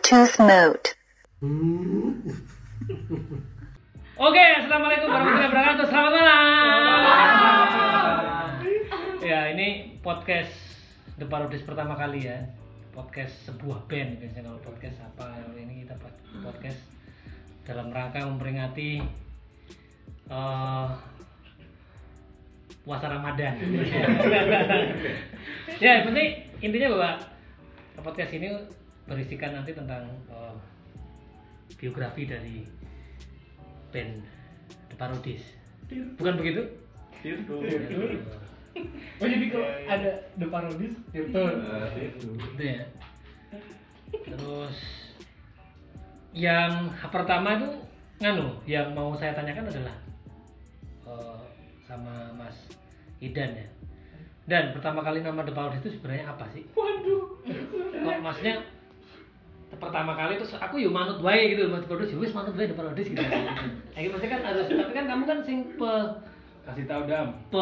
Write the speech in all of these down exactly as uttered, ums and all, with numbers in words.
Bluetooth mode. Oke, assalamualaikum warahmatullahi wabarakatuh. Selamat malam. Ya, ini podcast The Parodis pertama kali ya. Podcast sebuah band biasanya kalau podcast apa. Ini kita podcast dalam rangka memperingati uh, puasa Ramadan. Ya, yang penting intinya bahwa podcast ini berisikan nanti tentang uh, biografi dari band The Parodis. Bukan begitu? Tirto. Oh jadi kalau ada The Parodis, Tirto. Tirto. Itu ya. Terus yang pertama itu nganu, yang mau saya tanyakan adalah uh, sama Mas Idan ya. Dan pertama kali nama The Parodis itu sebenarnya apa sih? Waduh. Kok maksudnya pertama kali terus aku yo manut wae gitu, Mas Parodis wis manut wae The Parodis gitu. Akhirnya pasti kan harus, tapi kan kamu kan sing pe Kasih tahu Dam. pe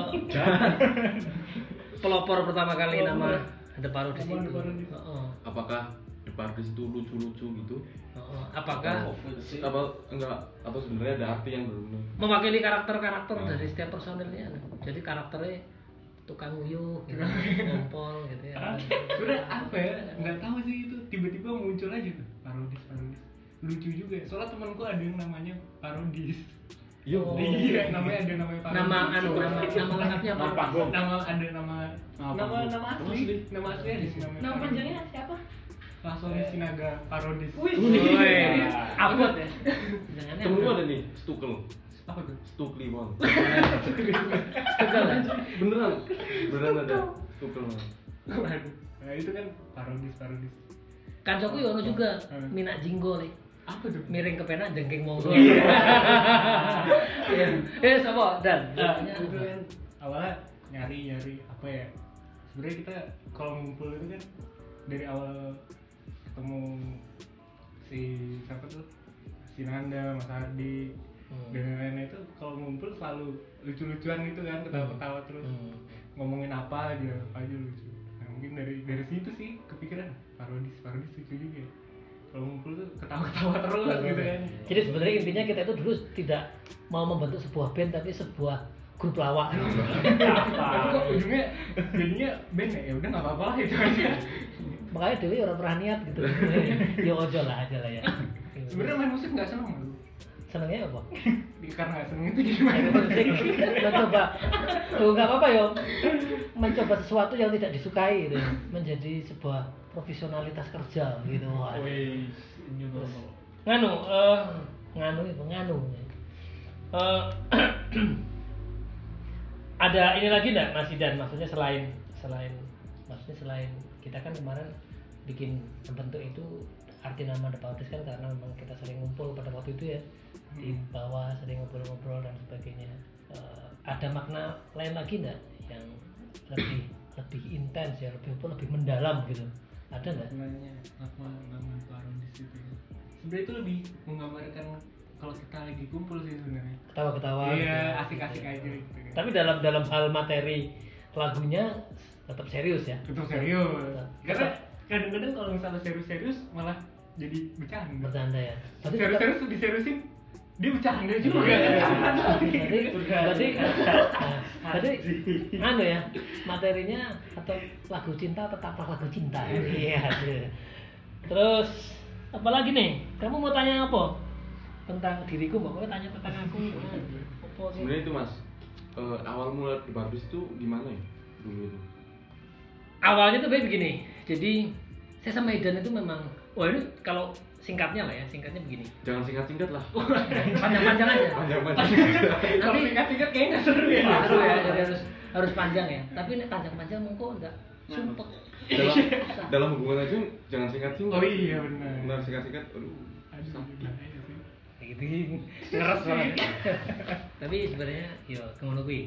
pelopor pertama kali nama The Parodis itu. Nama The Parodis. Heeh. Apakah The Parodis itu lucu-lucu gitu? Heeh. Apakah Apa enggak atau sebenarnya ada arti yang benar? mewakili karakter-karakter dari setiap personilnya? Jadi karakternya tukang uyuh, gitu, ngompol gitu ya. Sebenernya apa ya? Nggak tahu sih itu tiba-tiba muncul aja tuh Parodis Parodis. Lucu juga. Soalnya temanku ada yang namanya Parodis. Oh. Iya, namanya ada namanya Parodis. Nama anu nama nama lengkapnya apa? Nama panggung. Nama ada nama Nama nama panggung. nama asli. Asli. Nama asli ada sih namanya. Nama Parodis. panjangnya siapa? Rasoli Sinaga Parodis. Wih. Woi, abot ya. Jangan Temen gua ada nih, Stukel. Apa tuh? Stukli Won. Tegal. Beneran. Beneran ada Stukel. Waduh. Nah, itu kan Parodis Parodis. Kancoku yo ono juga Minak Jinggo nih. Apa tuh? Miring ke pena jengking monggo. Iya. Iya. Eh sapa Dan? Nah, itu kan awalnya nyari-nyari apa ya? Sebenarnya kita kalau ngumpul itu kan dari awal ketemu si siapa tuh? Si Nanda, Mas Ardi, Hmm. dan lain-lain itu kalau ngumpul selalu lucu-lucuan gitu kan, ketawa-ketawa terus Hmm. ngomongin apa aja, apa aja lucu. Nah, mungkin dari dari situ sih kepikiran Parodis, Parodis lucu juga ya. Kalau ngumpul tuh ketawa-ketawa terus gitu kan. Jadi sebenarnya intinya kita itu dulu tidak mau membentuk sebuah band tapi sebuah grup lawak. Tapi kok ujungnya jadinya band ya, ya udah nggak apa-apa lah itu aja. Makanya Dewi orang pernah niat gitu. Ya ojo lah aja lah ya. Sebenarnya main musik nggak seneng lu. Senengnya apa? Karena nggak seneng itu jadi main Main musik. Mencoba. Tuh nggak apa-apa yo. Mencoba sesuatu yang tidak disukai gitu. Menjadi sebuah profesionalitas kerja gitu. Wih, new normal. Nganu, eh nganu itu nganu. Eh ada ini lagi enggak Mas Idan, maksudnya selain selain maksudnya selain kita kan kemarin bikin bentuk itu arti nama The Parodis kan karena memang kita sering ngumpul pada waktu itu ya di bawah sering ngobrol-ngobrol dan sebagainya. Eh, ada makna lain lagi enggak yang lebih lebih intens ya, lebih apa lebih mendalam gitu? Ada enggak? Namanya nama nama Parodis itu. Sebenarnya itu lebih menggambarkan kalau kita lagi kumpul sih sebenarnya. Ketawa-ketawa. Iya, gitu. asik-asik aja gitu. kan. Tapi dalam dalam hal materi lagunya tetap serius ya. Tetap serius. Karena kadang-kadang kalau misalnya serius-serius malah jadi bercanda. Bercanda ya. Berarti tetap- Serius-serius tuh diseriusin dia bercanda juga. Berarti berarti nah, berarti anu ya materinya atau lagu cinta tetaplah lagu cinta. Iya. Iya. Terus apa lagi nih? Kamu mau tanya apa? Tentang diriku, mau tanya tentang aku. Apa sih? Sebenarnya itu Mas, eh, awal mula The Parodis itu gimana ya dulu itu? Awalnya tuh kayak begini. Jadi saya sama Idan itu memang, wah ini kalau singkatnya lah ya, singkatnya begini. Jangan singkat-singkat lah. Panjang-panjang aja. Panjang-panjang. Kalau Nanti singkat-singkat kayaknya nggak seru ya. seru ya, jadi harus harus panjang ya. Tapi ini panjang-panjang mengko enggak sumpek. dalam dalam hubungan aja jangan singkat-singkat. Oh iya benar. Benar singkat-singkat. Aduh. Aduh, sakit. bahaya sih. Kayak gitu ngeres banget. Tapi sebenarnya yo ngono kuwi.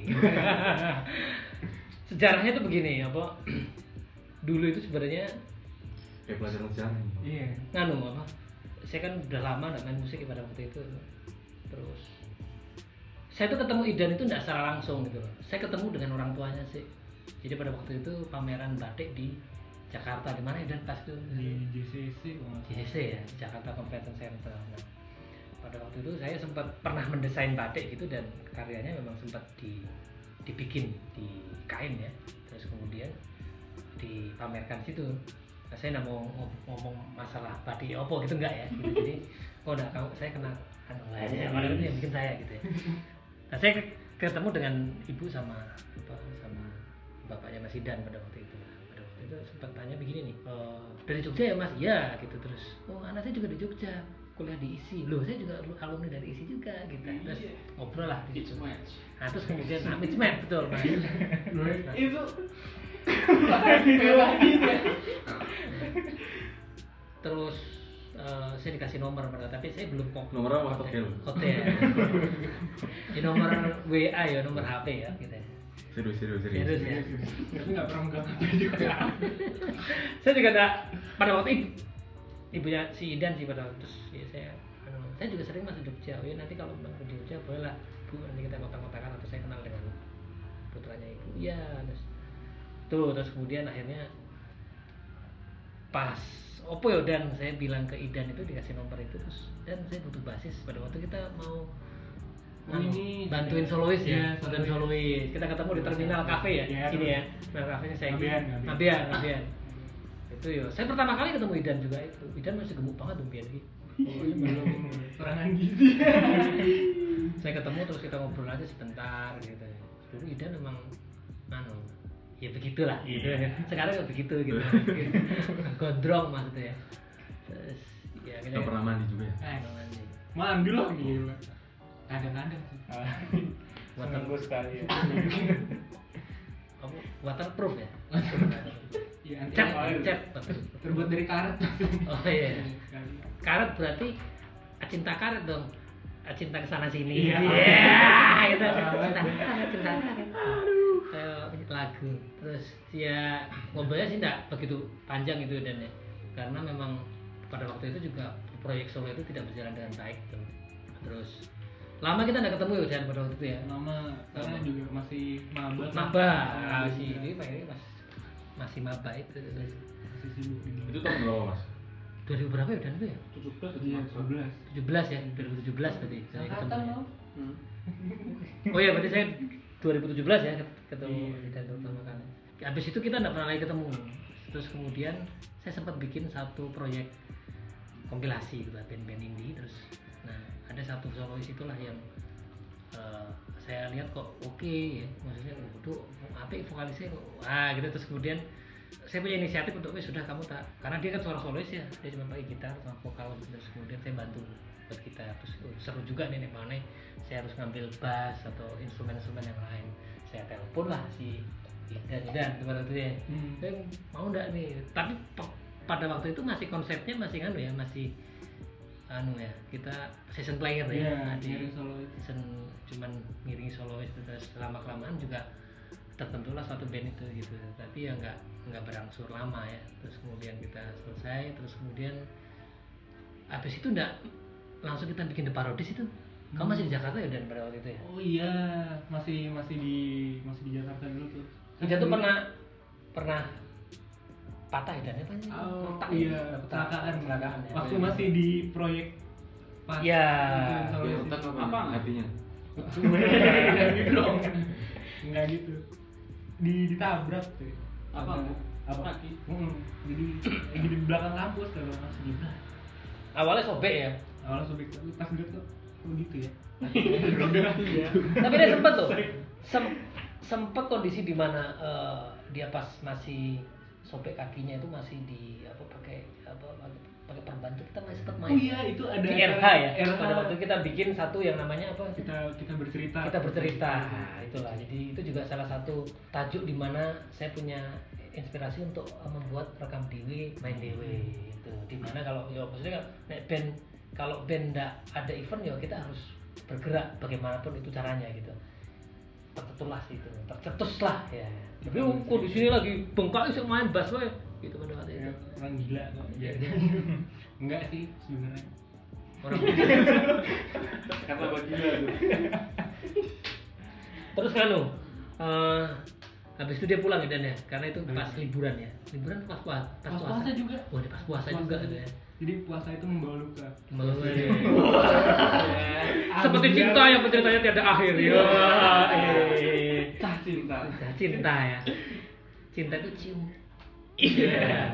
Sejarahnya tuh begini apa? Dulu itu sebenarnya Kayak pelajaran sejarah. Iya. nganu apa? Saya kan udah lama nggak main musik pada waktu itu. Terus saya tuh ketemu Idan itu nggak secara langsung gitu loh. Saya ketemu dengan orang tuanya sih. Jadi pada waktu itu pameran batik di Jakarta di mana dan pas itu di J C C kalau nggak J C C ya, Jakarta Convention Center. Nah, pada waktu itu saya sempat pernah mendesain batik gitu dan karyanya memang sempat di, dibikin di kain ya, terus kemudian dipamerkan situ. Nah, saya nggak mau ngomong masalah batik opo gitu enggak ya, gitu. Jadi oh enggak, kalau saya kena anu aja, padahal itu yang bikin saya gitu ya. Nah, saya ketemu dengan ibu sama apa sama bapaknya Mas Idan pada waktu itu. Pada waktu itu sempat tanya begini nih, e, dari Jogja ya Mas? Ya gitu. Terus oh anak saya juga di Jogja, kuliah di I S I. Loh saya juga alumni dari I S I juga gitu. Terus ngobrol lah di situ. Nah terus kemudian nah, it's match betul Mas. Nah, Itu video lagi ya. terus uh, saya dikasih nomor mereka, tapi saya belum kok Nomornya apa hotel? hotel di nomor W A ya, nomor H P ya gitu ya. Serius, serius, serius. Serius ya. tapi nggak pernah megang H P juga. Saya juga tak pada waktu ibu, ibunya si Idan sih pada waktu terus ya saya anu, saya juga sering masuk Jogja. Oh ya nanti kalau pulang ke Jogja boleh lah Bu, nanti kita kontak-kontakan atau saya kenal dengan putranya ibu. Iya, terus tuh terus kemudian akhirnya pas opo ya dan saya bilang ke Idan itu dikasih nomor itu terus dan saya butuh basis pada waktu kita mau Oh, anu, ini bantuin solois ya, Iya, bantuin solois. solois. Kita ketemu di terminal kafe ya, Iya, sini ya, terminal kafenya saya. Ngabean, Ngabean. Ngabean, Ngabean. Itu ya. Saya pertama kali ketemu Idan juga itu. Idan masih gemuk banget tuh Bian gitu. belum serangan gizi. Saya ketemu terus kita ngobrol aja sebentar gitu. Dulu Idan memang anu ya begitulah gitu. Sekarang ya begitu gitu. Gondrong maksudnya. Terus ya Nggak pernah mandi juga ya? Pernah mandi. Mandi loh gila. Kadang-kadang sih. Water Seminggu sekali ya. Kamu waterproof ya? Iya, anti Cat, air. cat, waterproof. Terbuat dari karet. Oh iya. Karet berarti cinta karet dong. Cinta kesana sini. Iya. Iya, gitu. Cinta karet, cinta karet. Kayak lagu. Terus ya ngobrolnya sih enggak begitu panjang gitu dan ya. Karena memang pada waktu itu juga proyek solo itu tidak berjalan dengan baik tuh. Terus lama kita nggak ketemu ya Dan pada waktu itu ya. Nama karena Lama. juga masih maba. kan? Maba, Ah, si iya. ini Pak ini mas masih maba itu. Masih sibuk ini. Itu tahun berapa mas? dua ribu berapa ya Dan itu ya? tujuh belas Iya, sebelas. tujuh belas ya, dua ribu tujuh belas berarti saya ketemu. Angkatan Ya. lo. Oh iya berarti saya dua ribu tujuh belas ya ketemu Iya. Dan pertama kali. Habis itu kita nggak pernah lagi ketemu. Terus kemudian saya sempat bikin satu proyek kompilasi gitu band-band indie terus. Nah ada satu solois itulah yang uh, saya lihat kok oke ya, maksudnya waduh apik vokalisnya kok wah gitu. Terus kemudian saya punya inisiatif untuk wes sudah kamu tak, karena dia kan suara solois ya, dia cuma pakai gitar sama vokal gitu. Terus kemudian saya bantu buat gitar. Terus oh, seru juga nih nih mana saya harus ngambil bass atau instrumen-instrumen yang lain. Saya telepon lah si Idan Idan pada waktu itu ya, Hmm. saya mau nggak nih, tapi p- pada waktu itu masih konsepnya masih anu ya, masih anu ya, kita season player ya, Iya, nah, di ngiring solois. season cuman ngiringi solois. Terus lama kelamaan juga tertentulah suatu band itu gitu, tapi ya nggak nggak berangsur lama ya. Terus kemudian kita selesai, terus kemudian habis itu nggak langsung kita bikin The Parodies itu. Kamu masih di Jakarta ya Dan pada waktu itu ya? Oh iya, masih masih di masih di Jakarta dulu tuh. Dia tuh pernah pernah patah ya Dan ya? Oh, Retak iya, ya? kecelakaan. Kecelakaan ya. Waktu masih di proyek pas Iya. bikin solois Ya, itu. otak apa? Apa? Hatinya? Enggak gitu dong. Enggak gitu. Di ditabrak tuh. Apa? Ada- apa? Kaki. Hmm, jadi lagi di belakang kampus kalau masih di belakang. Awalnya sobek ya, Awalnya sobek tapi pas lihat tuh oh gitu ya. Iya. tapi dia sempet tuh, sem- sempet kondisi di mana eh, dia pas masih sobek kakinya itu masih di apa pakai apa pakai perban tuh kita masih sempat main. Oh iya, itu ada Di R H ya. R H. Pada waktu itu kita bikin satu yang namanya apa? kita kita bercerita. Kita bercerita. Nah, itulah. Jadi itu juga salah satu tajuk di mana saya punya inspirasi untuk uh, membuat rekam dewe, main dewe itu. Di mana kalau ya maksudnya nek band kalau band ndak ada event ya kita harus bergerak bagaimanapun itu caranya gitu. Tercetuslah itu, tercetuslah ya. Tapi oh, kok di sini lagi bengkak isuk main bass wae gitu pada waktu Ya, itu. orang gila kok. Iya. Enggak sih sebenarnya. Orang Kata bagi lah tuh. terus kan uh, Habis itu dia pulang ya Dan ya, karena itu pas liburan ya. Liburan pas puasa, pas Pas puasa juga. Oh, dia pas puasa juga Puasa gitu ya. Jadi puasa itu membawa luka. Membawa seperti cinta yang ceritanya tiada akhir ya. Eh. Cah cinta. Nah, cinta ya. Cinta itu cium. Iya.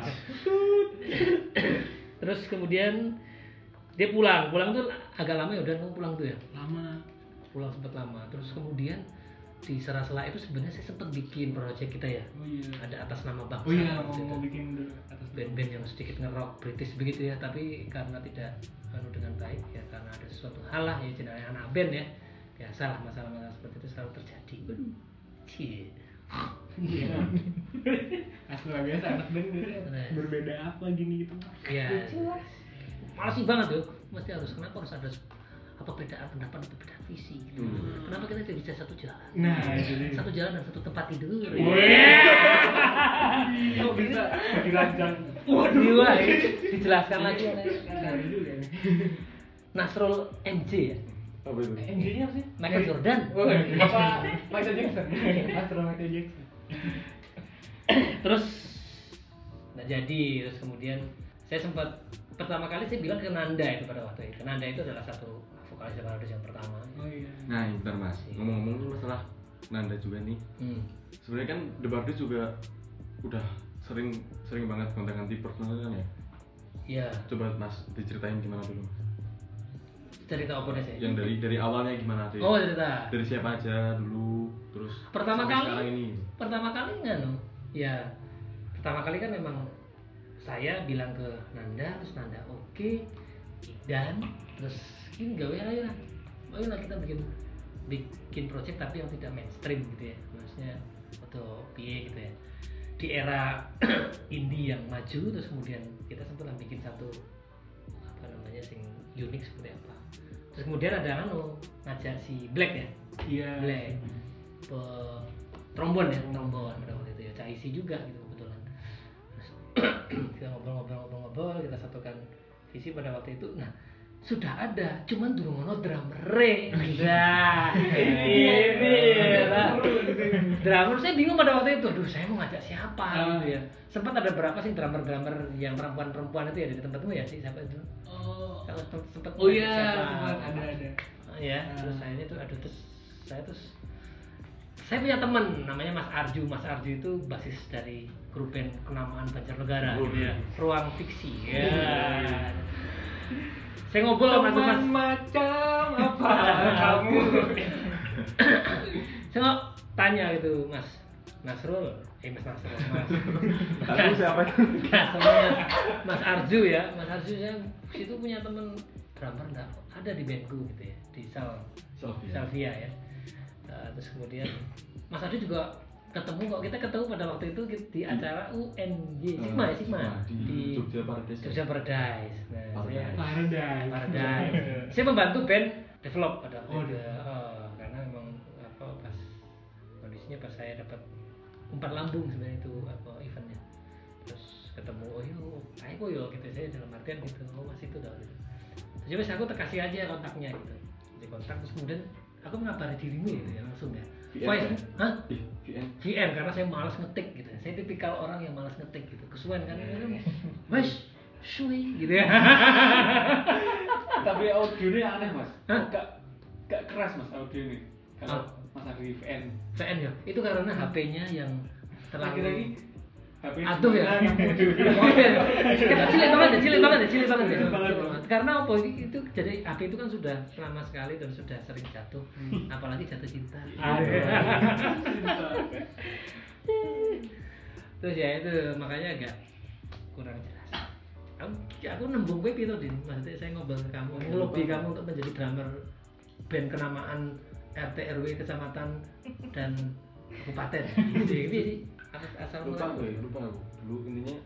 Terus kemudian dia pulang. Pulang tuh agak lama ya udah kamu pulang tuh ya. Lama. Pulang sempat lama. Terus kemudian di sela-sela itu sebenarnya saya sempat bikin project kita ya. Oh iya. Ada atas nama bangsa. Oh iya, waktu mau, itu. mau bikin dulu atas Band-band yang sedikit nge-rock British begitu ya, tapi karena tidak anu dengan baik ya, karena ada sesuatu hal lah ya, jenayah anak band ya. Biasalah masalah-masalah seperti itu selalu terjadi. Waduh. Cie. Iya. Asli lah biasa anak band gitu. Nah. Berbeda apa gini gitu. Ya. Malas sih banget tuh. Mesti harus kenapa harus ada apa perbedaan pendapat atau perbedaan visi gitu. Hmm. Kenapa kita tidak bisa satu jalan? Nah, itu dia. Satu jalan dan satu tempat tidur. Kok bisa dirancang? Waduh, wah, dijelaskan lagi oleh Cari juga nih. Nasrul M J ya. Apa itu? M J-nya apa sih? Michael Jordan. Oh, apa Michael Jackson? Astro Michael Jackson. Terus nggak jadi. Terus kemudian saya sempat pertama kali saya bilang ke Nanda itu pada waktu itu. Nanda itu adalah satu vokalis Parades yang pertama. Oh iya. Nah, ini bentar Mas. Ngomong-ngomong nih masalah Nanda juga nih. Hmm. Sebenarnya kan The Bardis juga udah sering sering banget gonta-ganti personal kan ya. Iya. Coba Mas diceritain gimana dulu Mas. Cerita apa deh saya? Yang dari dari awalnya gimana tuh? Oh, cerita. Dari siapa aja dulu, terus Pertama sampai kali. sekarang ini. Pertama kali nggak no? Ya. Pertama kali kan memang saya bilang ke Nanda, terus Nanda oke, dan terus ini gawe aja lah, ayolah kita bikin bikin project tapi yang tidak mainstream gitu ya, maksudnya foto P A gitu ya, di era indie yang maju. Terus kemudian kita sempat lah bikin satu apa namanya sing unik seperti apa. Terus kemudian ada anu ngajak si Black ya, Iya. Black pe trombon ya, trombon pada waktu itu ya, Caisi juga gitu kebetulan. Terus kita ngobrol-ngobrol-ngobrol-ngobrol, kita satukan visi pada waktu itu. Nah, sudah ada, cuman durung ono drummer. Nah, ini lah. Drummer saya bingung pada waktu itu. Aduh, saya mau ngajak siapa gitu ya. Sempat ada berapa sih drummer-drummer yang perempuan-perempuan itu ya di tempatmu ya sih, siapa itu? Oh. Kalau sempat Oh iya, sempat ada ada. ya, terus saya itu aduh terus saya terus saya punya teman namanya Mas Arju. Mas Arju itu basis dari grup band kenamaan Banjarnegara Oh, gitu ya. iya. Ruang Fiksi. Ya. Saya ngobrol sama tuh Mas. Macam apa kamu? Saya nggak tanya gitu Mas Nasrul, eh Mas Nasrul, Mas. Aku siapa itu? Nah, semuanya Mas Arju ya, Mas Arju saya situ punya temen drummer enggak ada di bandku gitu ya, di Sal Salvia. Salvia ya. Uh, terus kemudian Mas Arju juga ketemu kok, kita ketemu pada waktu itu di acara U N Y Sigma ya, Sigma di Jogja Paradise. Jogja Paradise. Nah, saya Paradise. Paradise. Saya membantu band develop pada waktu Oh, itu. develop. Oh, karena memang apa pas kondisinya pas saya dapat umpat lambung sebenarnya itu apa eventnya. Terus ketemu oh yuk, ayo yo gitu, saya dalam artian gitu, oh Mas itu dah gitu. Terus ya wes aku terkasih aja kontaknya gitu. Di kontak terus kemudian aku mengabari dirimu gitu ya langsung ya. V N, Wah, kan? hah? Ih, V N. V M karena saya malas ngetik gitu. Saya tipikal orang yang malas ngetik gitu. Kesuwen kan itu. Wes, shui gitu ya. Tapi audionya aneh mas. Hah? Gak gak keras mas audionya. Kalau Ah. mas ada di V N. V N ya. Itu karena H P-nya yang terlalu Lagi-lagi H P atuh ya. Cilik banget ya, cilik banget ya, cilik banget ya. Karena apa itu jadi H P itu kan sudah lama sekali dan sudah sering jatuh, apalagi jatuh cinta. Terus ya itu makanya agak kurang jelas. Aku, aku nembung kowe piro Din? Maksudnya saya ngobrol ke kamu, ngelobi kamu untuk menjadi drummer band kenamaan R T R W kecamatan dan kabupaten. Jadi asal Lupa aku ya, lupa aku. Dulu intinya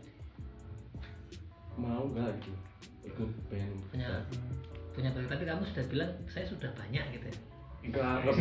mau gak gitu ikut band. punya punya banyak, tapi kamu sudah bilang saya sudah banyak gitu ya. Enggak, enggak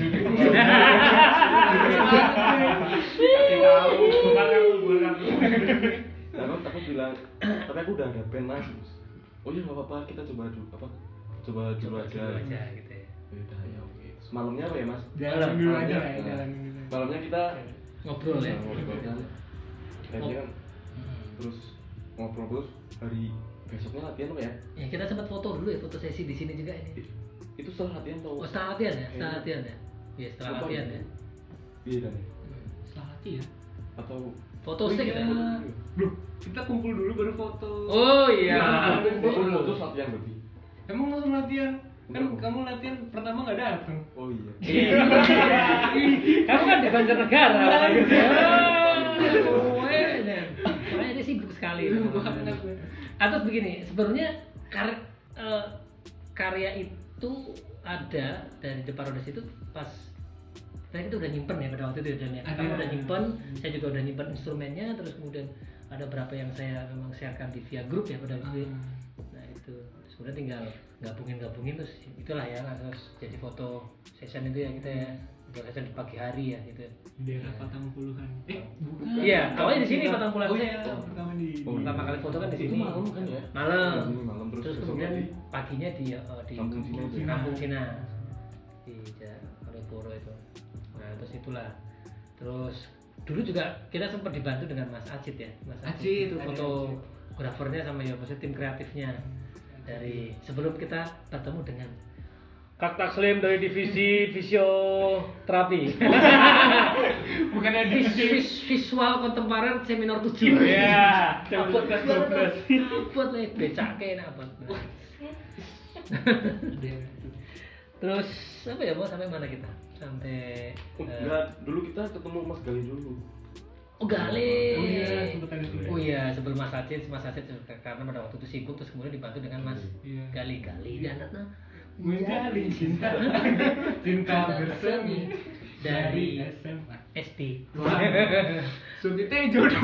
Kasih tahu. Bukan aku, bukan aku. Aku, aku bilang, tapi aku udah ada band mas. Oh iya nggak apa-apa, kita coba dulu apa? Coba dulu Coba aja. dulu aja gitu ya. Beda ya oke. Terus malamnya apa ya mas? Jalan dulu aja Malamnya, ya, nah, jalan dulu. Malamnya kita ngobrol ya. Nah, ngobrol kan akhirnya kan Hmm. terus ngobrol terus hari besoknya latihan lo ya. Ya kita sempat foto dulu ya, foto sesi di sini juga ini. I- itu setelah latihan tau. Oh setelah latihan ya, setelah Kayaknya. latihan ya. Iya setelah Lupa latihan gitu. ya. Iya kan Hmm. Setelah latihan. atau Foto Oh stick iya. ya. Loh, kita kumpul dulu baru foto. Oh iya. Nah, oh, oh, terus latihan berarti. Emang langsung latihan? Kan Enggak. kamu latihan pertama nggak datang. Oh iya. Iya. Kamu kan di Banjarnegara. Aduh, eh, makanya dia sibuk sekali. Atau begini, sebenarnya kar- eh, karya itu ada dari The Parodies itu pas kita itu udah nyimpen ya pada waktu itu dan ya. Ada. Kamu udah nyimpen, saya juga udah nyimpen instrumennya, terus kemudian ada berapa yang saya memang sharekan di via grup ya pada waktu itu. Nah itu sebenarnya tinggal gabungin-gabungin terus itulah ya terus jadi foto session itu ya kita ya foto session di pagi hari ya gitu. Di daerah Patang Puluhan. Eh, bukan. Iya, awalnya di sini Patang Puluhan. Oh iya, pertama di. Oh, Pertama kali foto kan di Itu sini. malam kan ya? Malam. Di sini malam, terus terus besoknya kemudian di- paginya di eh, di Kampung Cina itu. Kampung Cina di Ja- Malioboro itu. Nah terus itulah. Terus dulu juga kita sempat dibantu dengan Mas Acit ya. Mas Acit, itu ada fotografernya sama ya maksudnya tim kreatifnya dari sebelum kita bertemu dengan Kak Taslim dari divisi fisioterapi. Bukan ada Vis- vis- visual kontemporer seminar tujuh. Iya, Abot kelas dua belas. Abot le becake enak abot. Terus apa ya, mau sampai mana kita? Sampai Oh, eh, enggak, dulu kita ketemu Mas Gali dulu. Oh Gale. Oh iya, sempet ada tuh. Oh iya, sebelum Mas Acit, Mas Acit karena pada waktu itu sibuk terus kemudian dibantu dengan Mas Iya. Gali Gali dan Natna Menjalin cinta, cinta bersemi dari S M A. S D. Wah, Sunti Tejo dong.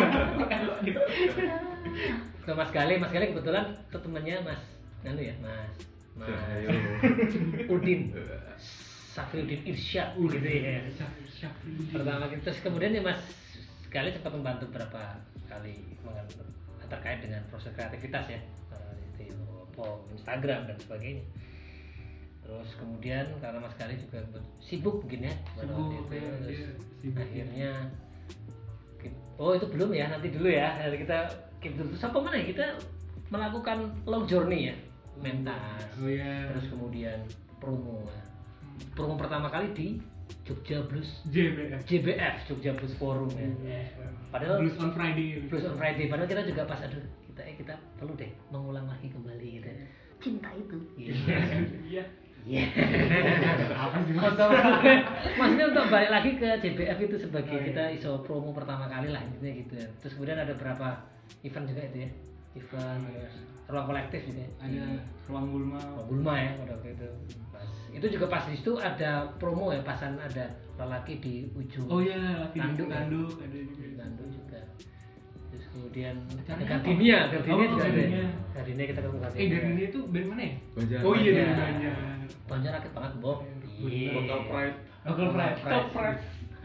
Ke Mas Gali, Mas Gali kebetulan itu temannya Mas Nanu ya, Mas Mas Ayo. Udin Safriudin Irsyad gitu ya. Pertama gitu, terus kemudian ya Mas Gali sempat membantu beberapa kali mengenai terkait dengan proses kreativitas ya, itu apa Instagram dan sebagainya. Terus kemudian karena Mas Gali juga sibuk mungkin ya pada waktu Sibuk, itu, ya, terus dia sibuk. akhirnya ki- oh itu belum ya, nanti dulu ya. Hari kita keep dulu. Terus apa mana ya, kita melakukan long journey ya, mentas. Oh iya. Terus kemudian promo. ya. Promo pertama kali di Jogja Blues J B F. J B F, Jogja Blues Forum ya. Padahal Blues on Friday. Blues on Friday. Padahal kita juga pas aduh kita eh, kita perlu deh mengulang lagi kembali gitu. Cinta itu. Iya. Iya. Apa sih mas? Untuk maksudnya untuk balik lagi ke J B F itu sebagai Oh, iya. kita iso promo pertama kali lah intinya gitu ya. Terus kemudian ada beberapa event juga itu ya. Event terus ruang kolektif gitu ya. Ada ruang Gulma. Oh, Gulma ya pada waktu itu. Pas itu juga pas di situ ada promo ya, pasan ada lelaki di ujung. Oh iya, laki Tanduk, ya. tanduk ada juga. Tanduk juga. Terus kemudian Acaranya ada apa? Gardinia, Gardinia Oh, juga ada. Gardinia. Gardinia kita ketemu Eh Gardinia. dari ini tuh band mana ya? Banjar. Oh iya dari Banjar. Banjar. Banjar rakyat banget, Bob. Iya. Local pride. Local Pride. Pride. Top Pride.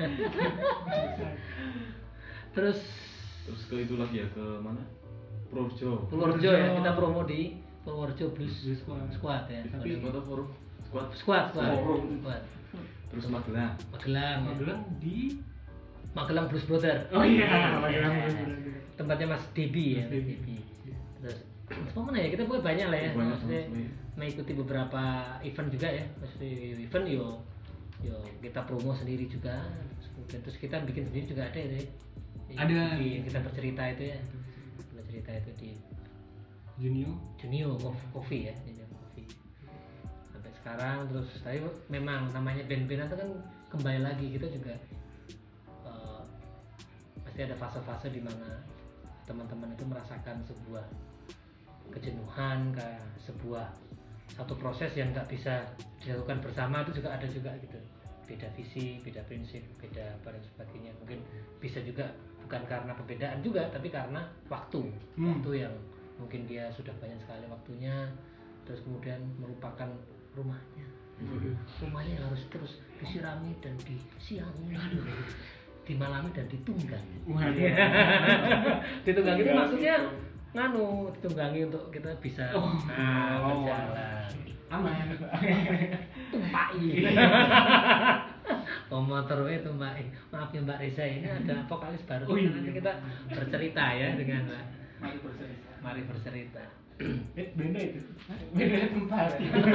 Terus Terus ke itu lagi ya, ke mana? Purworejo. Purworejo ya, kita promo di Purworejo Blues Blues Squad. Squad ya. Tapi foto forum squad. Squad, squad. Forum. Squad. Terus Magelang. Magelang. ya. Magelang di. Magelang Blues Brother. Oh iya, Ya. Magelang Blues Brother. Tempatnya Mas Debi ya, Mas Mas Debi. Debi. Terus terus mana ya? Kita pokoknya banyak lah ya. Banyak, Maksudnya banyak. mengikuti beberapa event juga ya. Maksudnya event yo yo kita promo sendiri juga. Terus, kemudian- terus kita bikin sendiri juga ada itu ya. Ada. Di- kita bercerita itu ya. Bercerita itu di Junio. Junio Cof- Coffee ya, Junio Coffee. Sampai sekarang terus tapi memang namanya band-band itu kan kembali lagi kita juga eh, pasti ada fase-fase di mana teman-teman itu merasakan sebuah kejenuhan, kayak sebuah satu proses yang nggak bisa dilakukan bersama itu juga ada juga gitu. Beda visi, beda prinsip, beda apa dan sebagainya. Mungkin bisa juga bukan karena perbedaan juga, tapi karena waktu, Hmm. waktu yang mungkin dia sudah banyak sekali waktunya, terus kemudian melupakan rumahnya. Rumahnya harus terus disirami dan disiangi, dimalami dan ditunggangi. Waduh. Ditunggangi itu maksudnya nganu, ditunggangi untuk kita bisa Oh. nah, Oh. berjalan. Aman. Tumpai. Oh motor itu Mbak, eh, maaf ya Mbak Reza, ini ada vokalis baru. Oh, iya. Nanti kita bercerita ya dengan Mbak. Mari bercerita. Mari bercerita. Eh, beda itu. Beda tempat.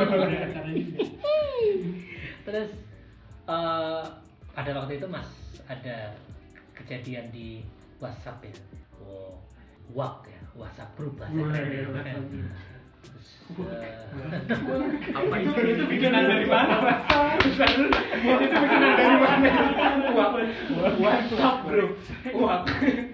Terus eh, pada waktu itu Mas ada kejadian di WhatsApp ya. Wow. WhatsApp ya, WhatsApp group lah. Apa itu? Itu bikinan dari mana, Mas? Itu bikinan dari mana? WhatsApp group. Wah.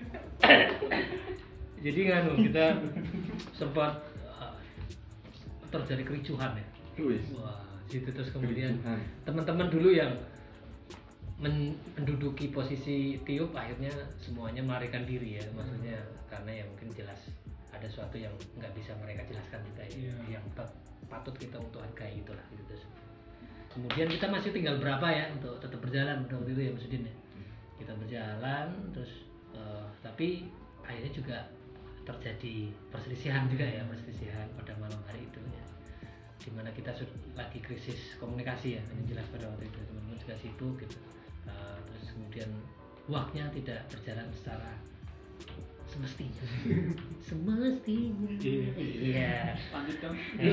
Jadi nganu kita sempat uh, terjadi kericuhan ya. Wis. Wah, situ terus kemudian Kericuhan. teman-teman dulu yang men- menduduki posisi tiup akhirnya semuanya melarikan diri ya, maksudnya karena ya mungkin jelas ada sesuatu yang nggak bisa mereka jelaskan juga ya, Iya. yang pat- patut kita untuk hargai itulah gitu terus. Kemudian kita masih tinggal berapa ya untuk tetap berjalan pada waktu itu ya Mas Udin ya. Kita berjalan terus eh, tapi akhirnya juga terjadi perselisihan juga ya, perselisihan pada malam hari itu ya, dimana kita sudah lagi krisis komunikasi ya, ini jelas pada waktu itu teman-teman juga sibuk gitu. Uh, terus kemudian waktunya tidak berjalan secara semestinya semestinya iya. Lanjutkan.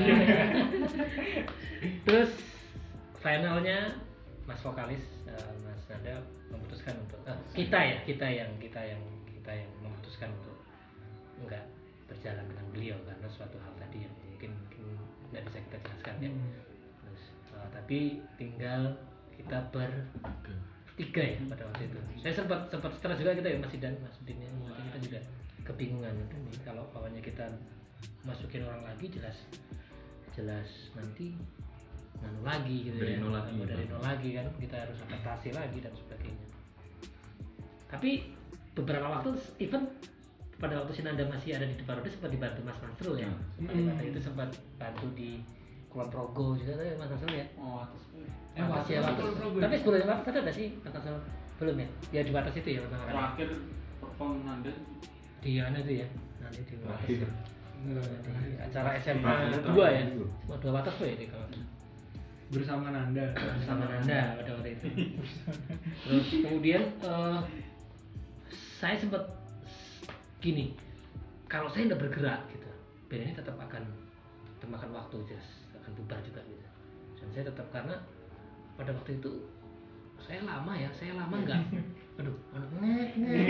Terus finalnya Mas vokalis uh, Mas Nanda memutuskan untuk uh, kita ya kita yang kita yang kita yang memutuskan untuk enggak berjalan dengan beliau karena suatu hal tadi yang mungkin mungkin nggak bisa kita jelaskan ya. Terus uh, tapi tinggal kita bertiga ya pada waktu itu. Saya sempat sempat stres juga kita ya Mas Idan, Mas Udin ya. Mungkin kita juga kebingungan ini kalau kawannya kita masukin orang lagi jelas jelas nanti nanu lagi gitu Dari ya. nol lagi, Dari Bang. nol lagi kan kita harus adaptasi lagi dan sebagainya. Tapi beberapa waktu even pada waktu Sinanda masih ada di depan Roda sempat dibantu Mas Nasrul ya. Hmm. Pada waktu itu sempat bantu di Kulon Progo juga tuh ya, Mas Nasrul ya. Oh, atas. Eh, Wates ya, Wates. Kulon Progo. Tapi sebelumnya Wates ada sih Mas Nasrul? Belum ya? Ya di Wates itu ya memang ada. Terakhir perform Nanda Di mana itu ya? Nanti di Wates. Terakhir. Di acara S M A Terakhir, dua ya. terakhir. Cuma dua Wates tuh ya di kalau Bersama Nanda. sama Nanda pada waktu itu. Terus kemudian eh, saya sempat gini, kalau saya tidak bergerak gitu, band ini tetap akan termakan waktu, jelas akan bubar juga gitu. Dan saya tetap karena pada waktu itu saya lama ya, saya lama nggak, aduh, aduh, ngek ngek.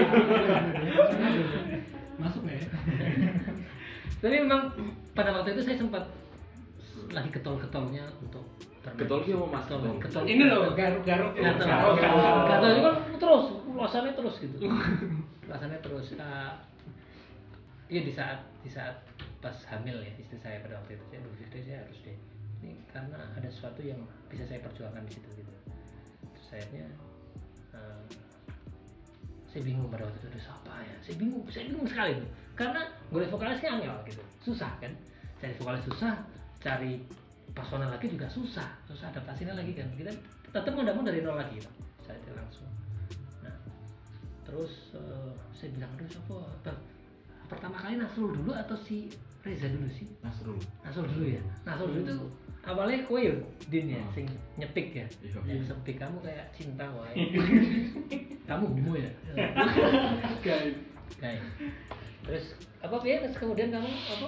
Masuk nggak ya? Tapi memang pada waktu itu saya sempat lagi getol-getolnya untuk bermain. Getol sih sama Mas Getol, Getol. getol. Ini loh, garuk-garuk. Gatel, Garuk, gatel, garuk. gatel itu kan terus, ulasannya terus gitu, ulasannya terus. Uh, iya di saat di saat pas hamil ya istri saya pada waktu itu saya berpikir saya harus deh ini karena ada sesuatu yang bisa saya perjuangkan di situ gitu. Terus akhirnya uh, saya bingung pada waktu itu ada siapa ya, saya bingung, saya bingung sekali tuh karena golek vokalisnya angel gitu, susah kan, cari vokalis susah, cari personal lagi juga susah, susah adaptasinya lagi kan, kita tetap mau dari nol lagi, Pak. Saya langsung. Nah, terus uh, saya bilang aduh siapa? Bang, pertama kali Nasrul dulu atau si Reza dulu sih? Nasrul. Nasrul dulu ya. Nasrul dulu itu awalnya kowe ya, Din ya, Hmm. sing nyepik ya. Iya. Yang sepik kamu kayak cinta wae. Kamu homo ya? Guys. Kayak. Terus apa ya? Terus kemudian kamu apa?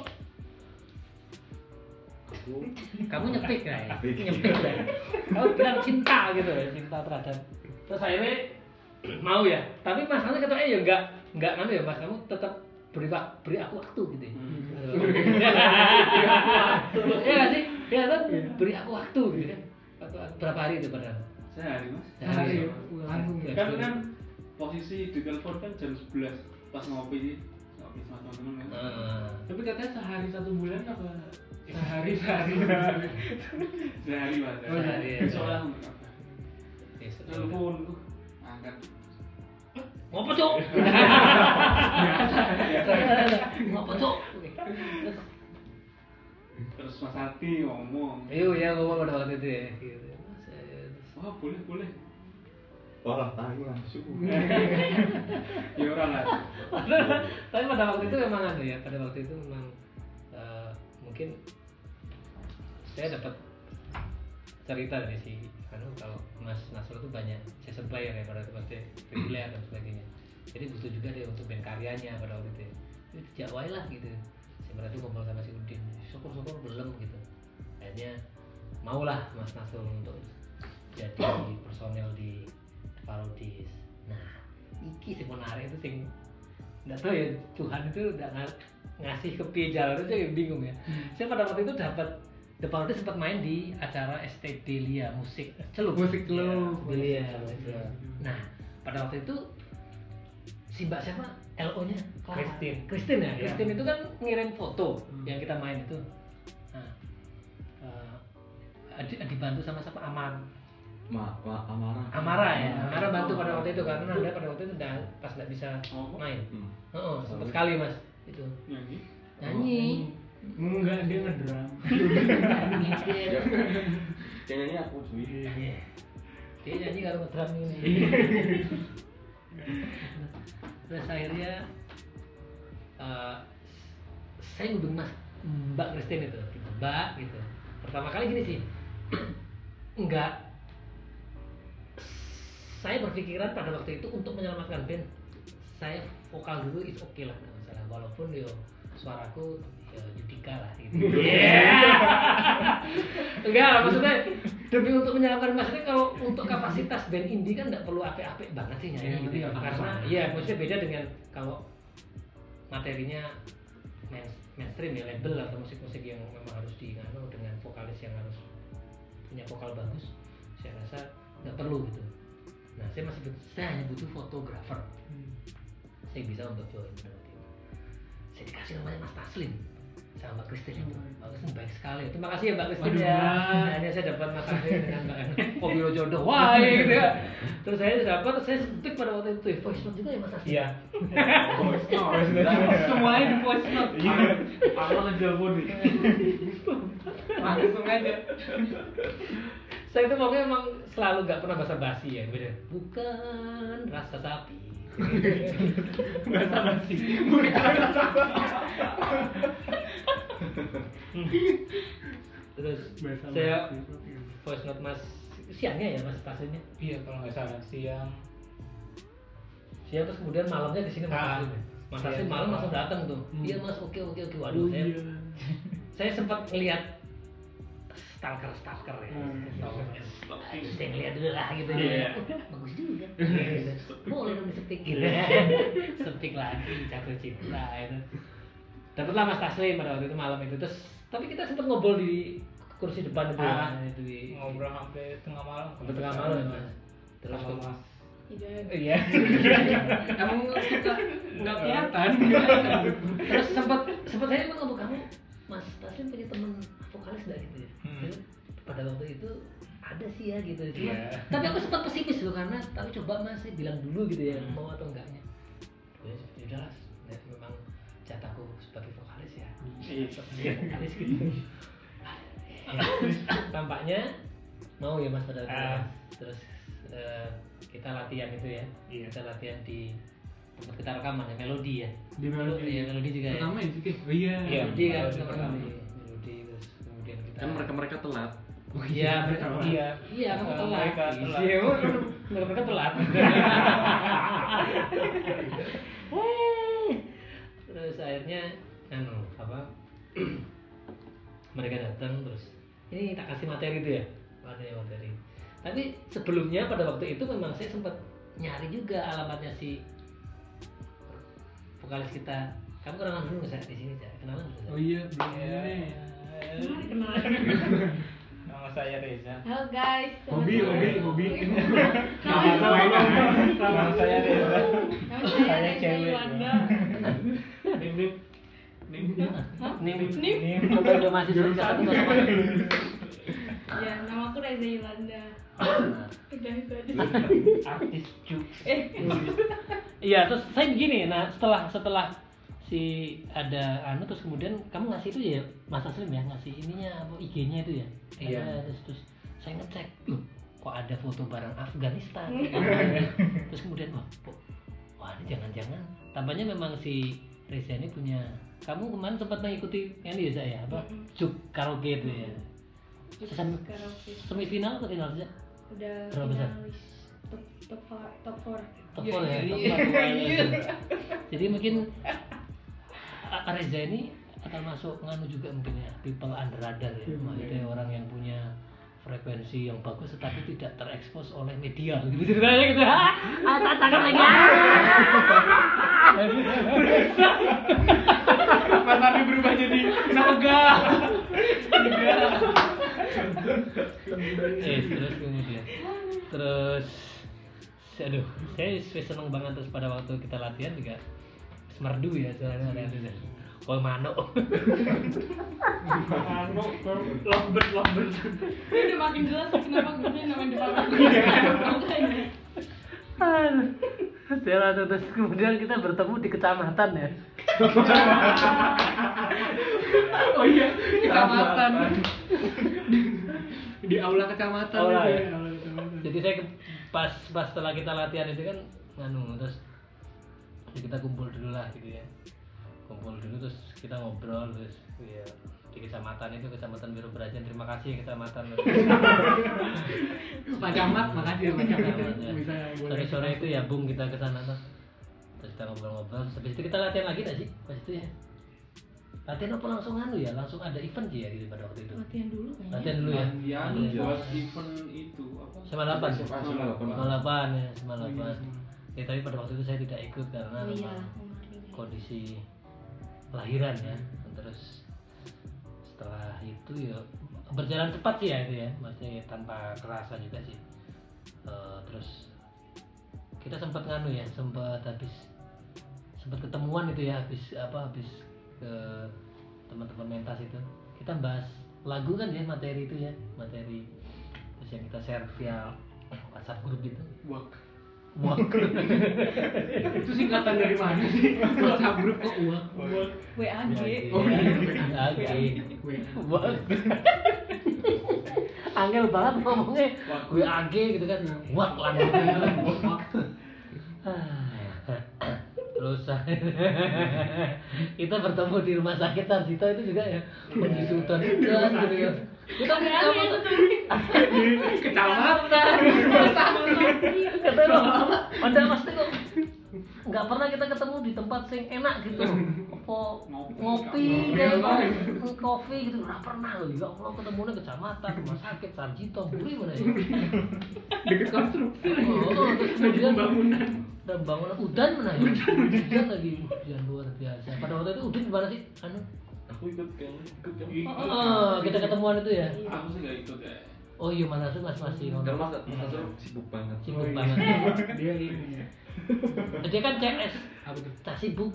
Aku Kamu nyepik kayak Nyepik. nyepik kayak kamu bilang cinta gitu ya, cinta terhadap terus akhirnya mau ya, tapi mas kamu kata eh ya enggak enggak kan ya mas, kamu tetap beri wak- beri aku waktu gitu ya. Iya nggak sih, ya kan beri aku waktu gitu kan. Waktu- berapa hari itu padahal Sehari, Mas. Sehari. Langsung ya. Kan kan posisi di telepon kan jam sebelas pas ngopi ngopi sama teman-teman kan. Ah. Tapi katanya sehari satu bulan apa? Sehari sehari. Sehari, Mas. Oh, sehari, ya. Soalnya untuk apa? Ya, sudah. Telepon tuh angkat. Ngopo cok? Ngopo cok? Terus Terus Mas Hati ngomong. iya ya ngomong pada waktu itu ya. Gitu. Saya- Wah, boleh, boleh. Wah, tangi langsung. Ya orang lah. Tapi pada waktu itu memang ada ya, pada waktu itu memang eh, mungkin saya dapat cerita dari si anu kalau Mas Nasrul tuh banyak season player ya pada waktu reguler dan sebagainya. Jadi butuh juga dia untuk band karyanya pada waktu itu. Itu dijawai lah gitu. Sebenarnya tuh ngobrol sama si Udin, syukur-syukur belum gitu. Akhirnya maulah Mas Nasrul untuk jadi personel di Parodies. Nah, iki sih menarik itu sing nggak tahu ya Tuhan itu udah ng- ngasih kepiye jalan itu saya bingung ya. Hmm. Saya pada waktu itu dapat The Parodies sempat main di acara S T Delia musik celup. Musik celup. Ya, Delia. Nah, pada waktu itu si Mbak siapa? L O-nya Christine. Christine ya. Ya. Christine itu kan ngirim foto Hmm. yang kita main itu. Nah, uh, di- dibantu sama siapa? Amar. Ma, ma, Amara. Amara ya, Amara bantu pada waktu itu karena Anda pada waktu itu udah pas nggak bisa Oh. main. Hmm. Oh, sempat sekali mas itu Nyanyi. nyanyi. Enggak, dia ngedrum. Nyanyi Ya. dia. Yang nyanyi aku cuy. Iya. Dia nyanyi kalau ngedrum ini. Terus akhirnya uh, saya ngundung mas Mbak Christine itu, gitu. Mbak gitu. Pertama kali gini sih, enggak. Saya berpikiran pada waktu itu untuk menyelamatkan band, saya vokal dulu itu oke lah, nggak masalah. Walaupun yo suaraku ya Yudika lah gitu. Enggak, maksudnya demi untuk menyelamatkan, maksudnya kalau untuk kapasitas band indie kan nggak perlu apik-apik banget sih nyanyi gitu ya. Karena iya maksudnya beda dengan kalau materinya main, mainstream ya, label atau musik-musik yang memang harus dinganu dengan vokalis yang harus punya vokal bagus. Saya rasa nggak perlu gitu. Nah, saya masih butuh, saya hanya butuh fotografer. Hmm. Saya bisa untuk join berarti. Saya dikasih namanya Mas Taslim sama Mbak Christine itu. Mbak Christine baik sekali. Terima kasih ya Mbak Christine ya. Nah, ini saya dapat Mas Taslim dengan Mbak Pobilo Jodoh. Wah, gitu ya. Terus saya dapat, saya speak pada waktu itu ya, voice note juga ya Mas Taslim. Iya. Voice note. Semuanya di voice note. Iya. Aku ngejel pun nih. Langsung aja. Saya itu pokoknya emang selalu nggak pernah basa-basi ya, beda. Bukan rasa sapi. Basa-basi. Terus Basa-basi. saya voice note Mas siangnya ya Mas Taslimnya. Iya kalau nggak salah siang. Siang terus kemudian malamnya di sini Mas Ah. Taslim. Mas Iya, Taslim malam iya. langsung datang tuh. Hmm. Iya Mas, oke oke oke. Waduh, Oh, saya iya. saya sempat ngelihat stalker stalker ya. Hmm. Aduh, saya ngeliat dulu lah gitu Iya. ya. Bagus juga. Boleh dong disepik gitu. Sepik lagi jatuh cinta itu. Dapatlah Mas Taslim pada waktu itu malam itu terus tapi kita sempat ngobrol di kursi depan itu Ah, ya, itu di ngobrol sampai tengah malam. sampai tengah malam ya, Mas. Terus Sama Mas. iya. Emang suka nggak kelihatan. Terus sempat sempat saya emang ngomong kamu Mas Taslim punya teman vokalis nggak gitu ya? Hmm. Terus pada waktu itu ada sih ya gitu. Cuma, Iya. tapi aku sempat pesimis loh karena tapi coba Mas saya bilang dulu gitu ya Hmm. mau atau enggaknya. Ya sudah lah, ya, memang jatahku sebagai vokalis ya. Iya. Sebagai vokalis gitu. Ya, tampaknya mau ya Mas pada waktu itu. Ah. Terus eh, kita latihan itu ya. Iya. Kita latihan di tempat kita rekaman ya melodi ya. Di melodi. Iya, melodi juga ya. Pertama ya sih. Oh iya. Iya. Melodi kan melodi pertama pertama. melodi. Melodi terus kemudian kita Kan mereka mereka telat. Oh iya, mereka Iya. Iya, kamu Eh, telat. mereka telat. Iya, mereka mereka telat. Terus akhirnya anu apa? Mereka datang terus ini tak kasih materi itu ya. Materi materi. Tapi sebelumnya pada waktu itu memang saya sempat nyari juga alamatnya si vokalis kita. Kamu kenalan dulu nggak saya di sini, saya kenalan dulu. Oh iya, belum Iya. ini. Mari kenalan. Nama saya Reza. Halo guys. Hobi, hobi, hobi. Nama Nama saya Reza. Nama saya Saya Reza cewek. Iwanda. Nim nim nim Hah? Nim, Nim? nim, coba udah masih satu sama. Ya, nama aku Reza Iwanda. Udah itu aja. artis cuk. Eh, Iya, terus saya begini, nah setelah setelah si ada anu terus kemudian kamu ngasih itu ya Mas Taslim ya ngasih ininya apa I G-nya itu ya. Iya. Ada, terus terus saya ngecek, loh kok ada foto barang Afghanistan. Terus kemudian wah, kok, wah ini jangan-jangan tampaknya memang si Reza ini punya. Kamu kemarin sempat mengikuti ini ya saya apa? Mm-mm. Juk karaoke itu ya. Sem- karaoke semifinal atau final saja? udah Berapa besar? finalis top top four top four Top Iya, four ya, iya, top iya. four. Iya. Jadi mungkin A- Reza ini akan masuk nganu juga mungkin ya, people under radar ya. Maksudnya orang yang punya frekuensi yang bagus tetapi tidak terekspos oleh media gitu ceritanya gitu. Ah, tak cakap lagi. Mas Ardi berubah jadi naga. Eh, terus kemudian terus aduh saya saya seneng banget terus pada waktu kita latihan juga semerdu ya soalnya ada itu kol mano Anu, lovebird, lovebird. ini udah makin jelas kenapa gue namain depan aku saya langsung terus kemudian kita bertemu di kecamatan ya. Oh iya, kecamatan. Di aula kecamatan Aula, itu ya? ya, aula kecamatan. Jadi saya ke- pas pas setelah kita latihan itu kan nganu terus ya kita kumpul dulu lah gitu ya. Kumpul dulu terus kita ngobrol terus ya di kecamatan itu kecamatan Biru Brajan terima kasih ya kecamatan. Pak Camat, makasih ya Pak Camat. Kecamatan, ya. Bisa boleh. Sore-sore itu ya Bung kita ke sana tuh. Terus kita ngobrol-ngobrol terus habis itu kita latihan lagi gak sih pas itu ya? Latihan apa langsung anu ya? Langsung ada event sih ya gitu pada waktu itu. latihan dulu kayaknya Latihan dulu ya. Ya, Latihan. buat event itu apa? Sama delapan. Ah, sama delapan. Sama delapan ya, sama Oh, iya, delapan. sama. Ya tapi pada waktu itu saya tidak ikut karena oh iya memang kemarin ya. kondisi lahiran ya. Terus setelah itu ya berjalan cepat sih ya itu ya, maksudnya tanpa kerasa juga sih. Eh, terus kita sempat nganu ya, sempat habis sempat ketemuan itu ya, habis apa habis ke teman-teman mentas itu kita bahas lagu kan ya, materi itu ya, materi terus yang kita share via WhatsApp grup gitu. Wak. Wah, Itu singkatan dari mana sih? WhatsApp grup kok wak. Wak. W A G Oh, iya. Lagi. Wak. Wah. Angel banget ngomongnya. W A G gitu kan. Wah, langsung. Terus kita bertemu di rumah sakit Sarjito itu juga ya. Kondisi udah udah gitu ya. Kita aneh itu tuh Kecamatan. kata lo, ada pasti kok nggak pernah kita ketemu di tempat yang enak gitu. Apa ngopi kayak kopi gitu nggak pernah loh. Ya Allah ketemunya kecamatan, rumah sakit Sarjito, buri mana ya? Deket konstruksi. Oh, terus Lagi kemudian pembangunan. dan bangunan udan mana ya? Udan lagi, udan luar biasa. Pada waktu itu Udin gimana sih? Anu? Aku ikut kayaknya, ikut kan. Oh, kita ketemuan itu ya. Aku sih gak ikut ya. Oh iya mana sih mas masih Dan ngomong. Mas Mas Azrul sibuk banget. Sibuk Oh, iya. banget. Dia ini ya. Dia kan C S. Apa tuh? Tak sibuk.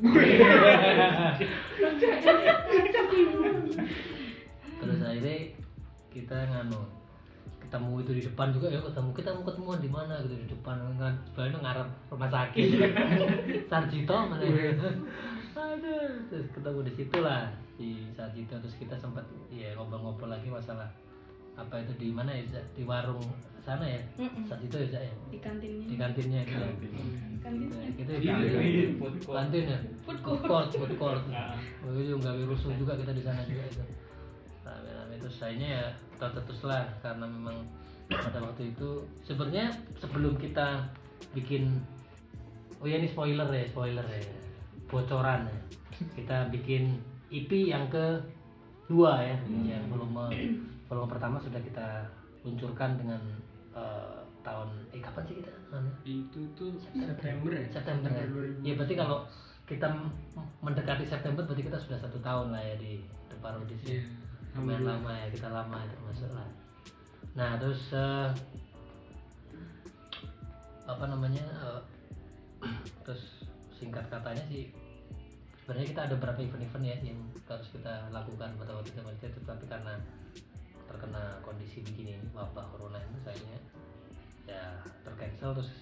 Terus akhirnya kita nganu ketemu itu di depan juga ya, ketemu kita mau ketemuan di mana gitu di depan kan sebenarnya ngarep rumah sakit Sarjito mana ya. Aduh, terus ketemu di situ lah di Sarjito terus kita sempat ya ngobrol-ngobrol lagi masalah apa itu di mana ya Zak? Di warung sana ya Mm-mm. Sarjito ya Zak, ya di kantinnya di kantinnya itu ya. kantinnya Kita Iya, kantin, iya, food court. kantin ya Food food court. court food court oh, itu nggak rusuh juga kita di sana juga itu rame-rame terus sayangnya ya tercetus lah karena memang pada waktu itu sebenarnya sebelum kita bikin oh ya ini spoiler ya spoiler ya bocoran ya kita bikin E P yang kedua ya yang volume volume pertama sudah kita luncurkan dengan eh, tahun eh kapan sih kita anu? Itu tuh September ya? September ya. dua ribu. Ya berarti kalau kita m- mendekati September berarti kita sudah satu tahun lah ya di depan audisi. Iya. Lumayan lama ya kita lama itu masuk lah. Nah terus eh, apa namanya eh, terus singkat katanya sih sebenarnya kita ada beberapa event-event ya yang harus kita lakukan pada waktu itu tetapi karena terkena kondisi begini ini wabah corona ini sayangnya ya tercancel terus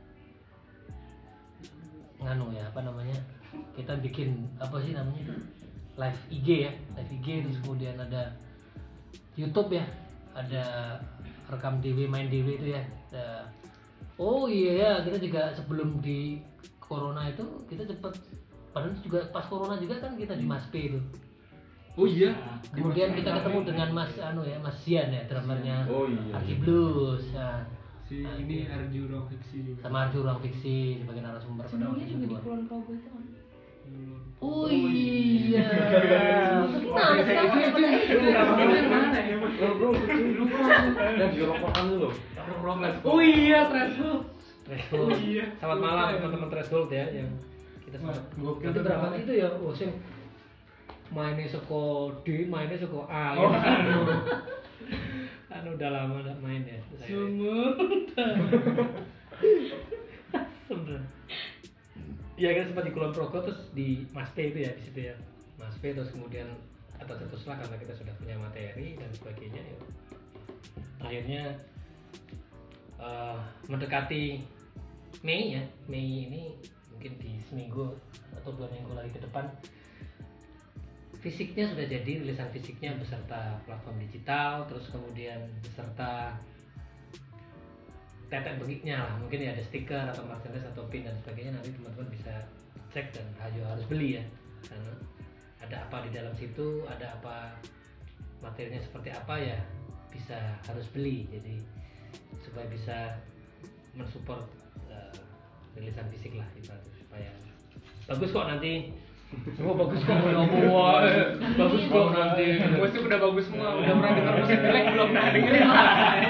nganu ya apa namanya kita bikin apa sih namanya itu live I G ya live I G terus kemudian ada YouTube ya ada rekam D W main D W itu ya ada, oh iya ya kita juga sebelum di corona itu kita cepet padahal itu juga pas corona juga kan kita di Maspe itu Oh iya. Kemudian kita ketemu dengan Mas anu ya, Mas Zian ya, drummernya Oh iya. Arki Blues. Nah, Si ini Arju Ruang Fiksi juga. sama Arju Ruang Fiksi sebagai narasumber pada Sebelumnya waktu juga di itu. Kulon Progo itu kan. Oh iya. Kenapa sih kamu pada itu? Oh, bro, lupa. Yang di rokokan itu loh. Oh iya, Threshold. Threshold. Oh iya. Selamat malam teman-teman Threshold ya yang kita Wah, sempat. gokil Itu tuh berapa drama. itu ya? Oh, sing mainnya seko D, mainnya seko A. Oh, gitu. Anu udah lama nggak main ya. saya. Sebenarnya. Iya kan sempat di Kulon Progo terus di Mas P itu ya di situ ya. Mas P terus kemudian atau teruslah karena kita sudah punya materi dan sebagainya ya. Akhirnya eh, mendekati Mei ya. Mei ini mungkin di seminggu atau dua minggu lagi ke depan fisiknya sudah jadi, rilisan fisiknya beserta platform digital, terus kemudian beserta tetek bengiknya lah, mungkin ya ada stiker atau merchandise atau pin dan sebagainya, nanti teman-teman bisa cek dan harus harus beli ya, karena ada apa di dalam situ, ada apa materinya seperti apa ya bisa harus beli, jadi supaya bisa mensupport uh, rilisan fisik lah ibaratnya, supaya bagus kok nanti. Oh bagus kok ya Allah. Bagus kok nanti. Musik udah bagus semua. Udah pernah dengar musik jelek belum? Nah, dengerin lah.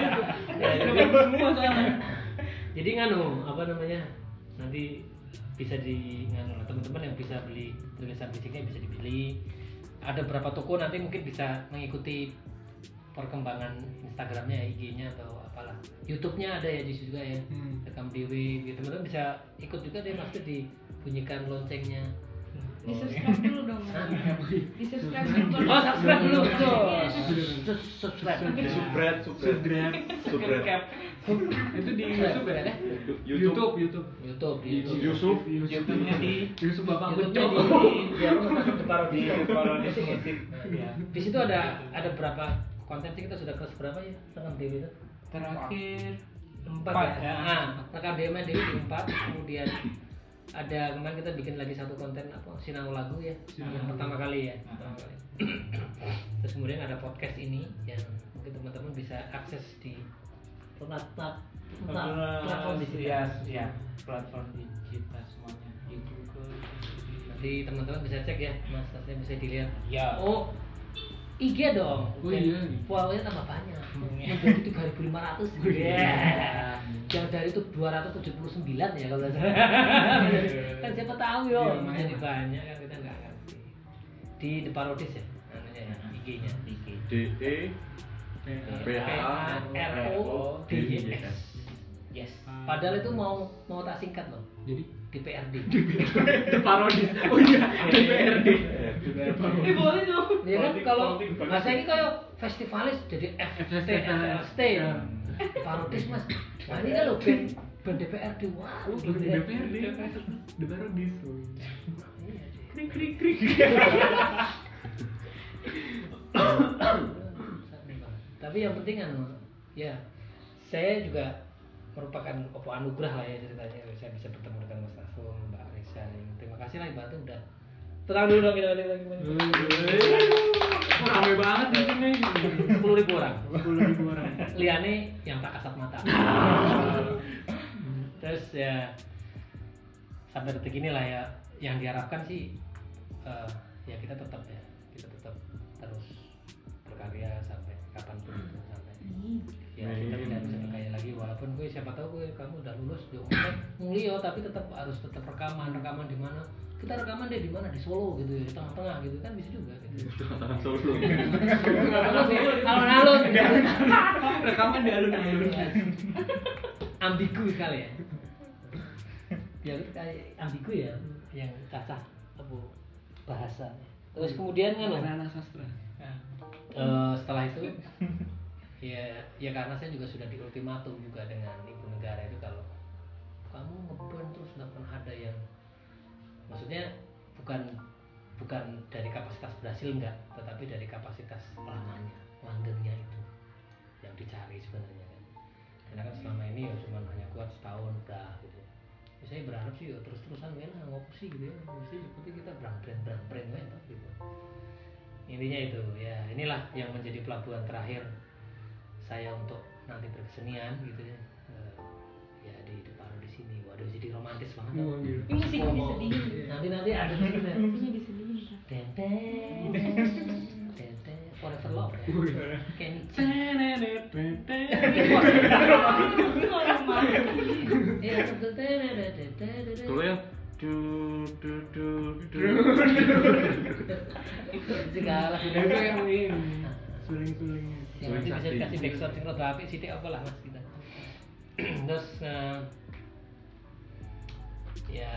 Udah bagus semua soalnya. Jadi nganu apa namanya? Nanti bisa di nganu lah, teman-teman yang bisa beli tulisan fisiknya bisa dibeli. Ada beberapa toko nanti mungkin bisa mengikuti perkembangan Instagramnya, I G-nya atau apalah. YouTube-nya ada ya di situ juga ya. Hmm. Rekam dewe gitu. Teman-teman bisa ikut juga deh, pasti dibunyikan loncengnya. Di subscribe dulu dong. Di subscribe dulu. Oh, subscribe dulu. Iya. Subscribe. Subred, subred. Subred. Itu di YouTube ya? YouTube. YouTube. YouTube di Di Yusuf. YouTube-nya di Yusuf Bapak YouTube-nya Kucok. di ya rumah sakit Deparodi. Parodis musik. Iya. Di situ ada ada berapa konten sih, kita sudah kelas berapa ya? Rekam D W itu? Terakhir Empat Empat, ya. ya. Nah, rekam D W D W di empat, kemudian ada kemarin kita bikin lagi satu konten apa sinau lagu ya, yang pertama kali ya. Pertama kali. Terus kemudian ada podcast ini yang mungkin teman-teman bisa akses di platform platform digital. Ya, platform digital semuanya di Google. Nanti teman-teman bisa cek ya, Mas Tasnya bisa dilihat. Ya. Oh, I G dong. Oh iya. Followernya tambah banyak. Menjadi tiga ribu lima ratus. Iya. Yang dari itu dua ratus tujuh puluh sembilan ya kalau nggak salah. Kan siapa tahu yo. Iya, lumayan Jadi lah. banyak kan kita nggak ngerti. Di The Parodis ya, namanya ya, I G-nya. I G. D E P H A R O D Y S. Yes. Padahal itu mau mau tak singkat loh. Jadi D P R D. The Parodis. Oh iya, D P R D. Eh boleh dong. Ya kan Politik- kalau politik banget. bahasa ini kayak festivalis jadi F T F L S T. Ya. Parodis Mas. Nah ini kan loh band band D P R D. Wah, Oh, gitu D ya. P R D. The Parodis. Krik krik krik. Tapi yang penting kan ya saya juga merupakan opo anugerah lah ya ceritanya, saya bisa bertemu dengan Mas Tasung, Mbak Risa. Terima kasih lah Mbak tuh udah. Tenang dulu dong kita balik lagi. Rame banget di sini. Sepuluh ribu orang. sepuluh ribu orang. Liane yang tak kasat mata. Terus ya sampai detik ini lah ya yang diharapkan sih eh, ya kita tetap ya kita tetap terus berkarya sampai kapanpun itu sampai ya kita tidak bisa berkarya lagi walaupun gue siapa tahu gue kamu udah lulus di online mulio tapi tetap harus tetap rekaman rekaman di mana kita rekaman deh di mana di Solo gitu ya di tengah-tengah gitu kan bisa juga gitu. Solo. Alun-alun Rekaman di alun-alun. ambigu sekali ya. Ya itu kayak ambigu ya yang cacah apa bahasa. Terus kemudian kan loh, Anak sastra. eh, setelah itu ya ya karena saya juga sudah di ultimatum juga dengan ibu negara itu kalau kamu ngeband terus nggak pernah ada yang maksudnya bukan bukan dari kapasitas berhasil enggak tetapi dari kapasitas lamanya langgengnya itu yang dicari sebenarnya kan karena kan selama ini ya cuma hanya kuat setahun udah gitu ya, saya berharap sih ya terus-terusan ya ngopi sih gitu ya mesti seperti kita brand brand brand brand gitu ini intinya itu ya, inilah yang menjadi pelabuhan terakhir saya untuk nanti berkesenian gitu ya. Eh, ya di depan di sini, waduh jadi romantis banget. Oh, gitu. Ini musik Oh, sedih-sedih. nanti nanti ada di sini. Musiknya disedihin. Tenteng, tenteng, forever love ya. Kenny G. Iya, Dulu ya. Du du du du. segala Itu yang ini suling-suling. yang nanti bisa dikasih backsound sing rada apik sithik apa lah Mas kita. Terus eh, ya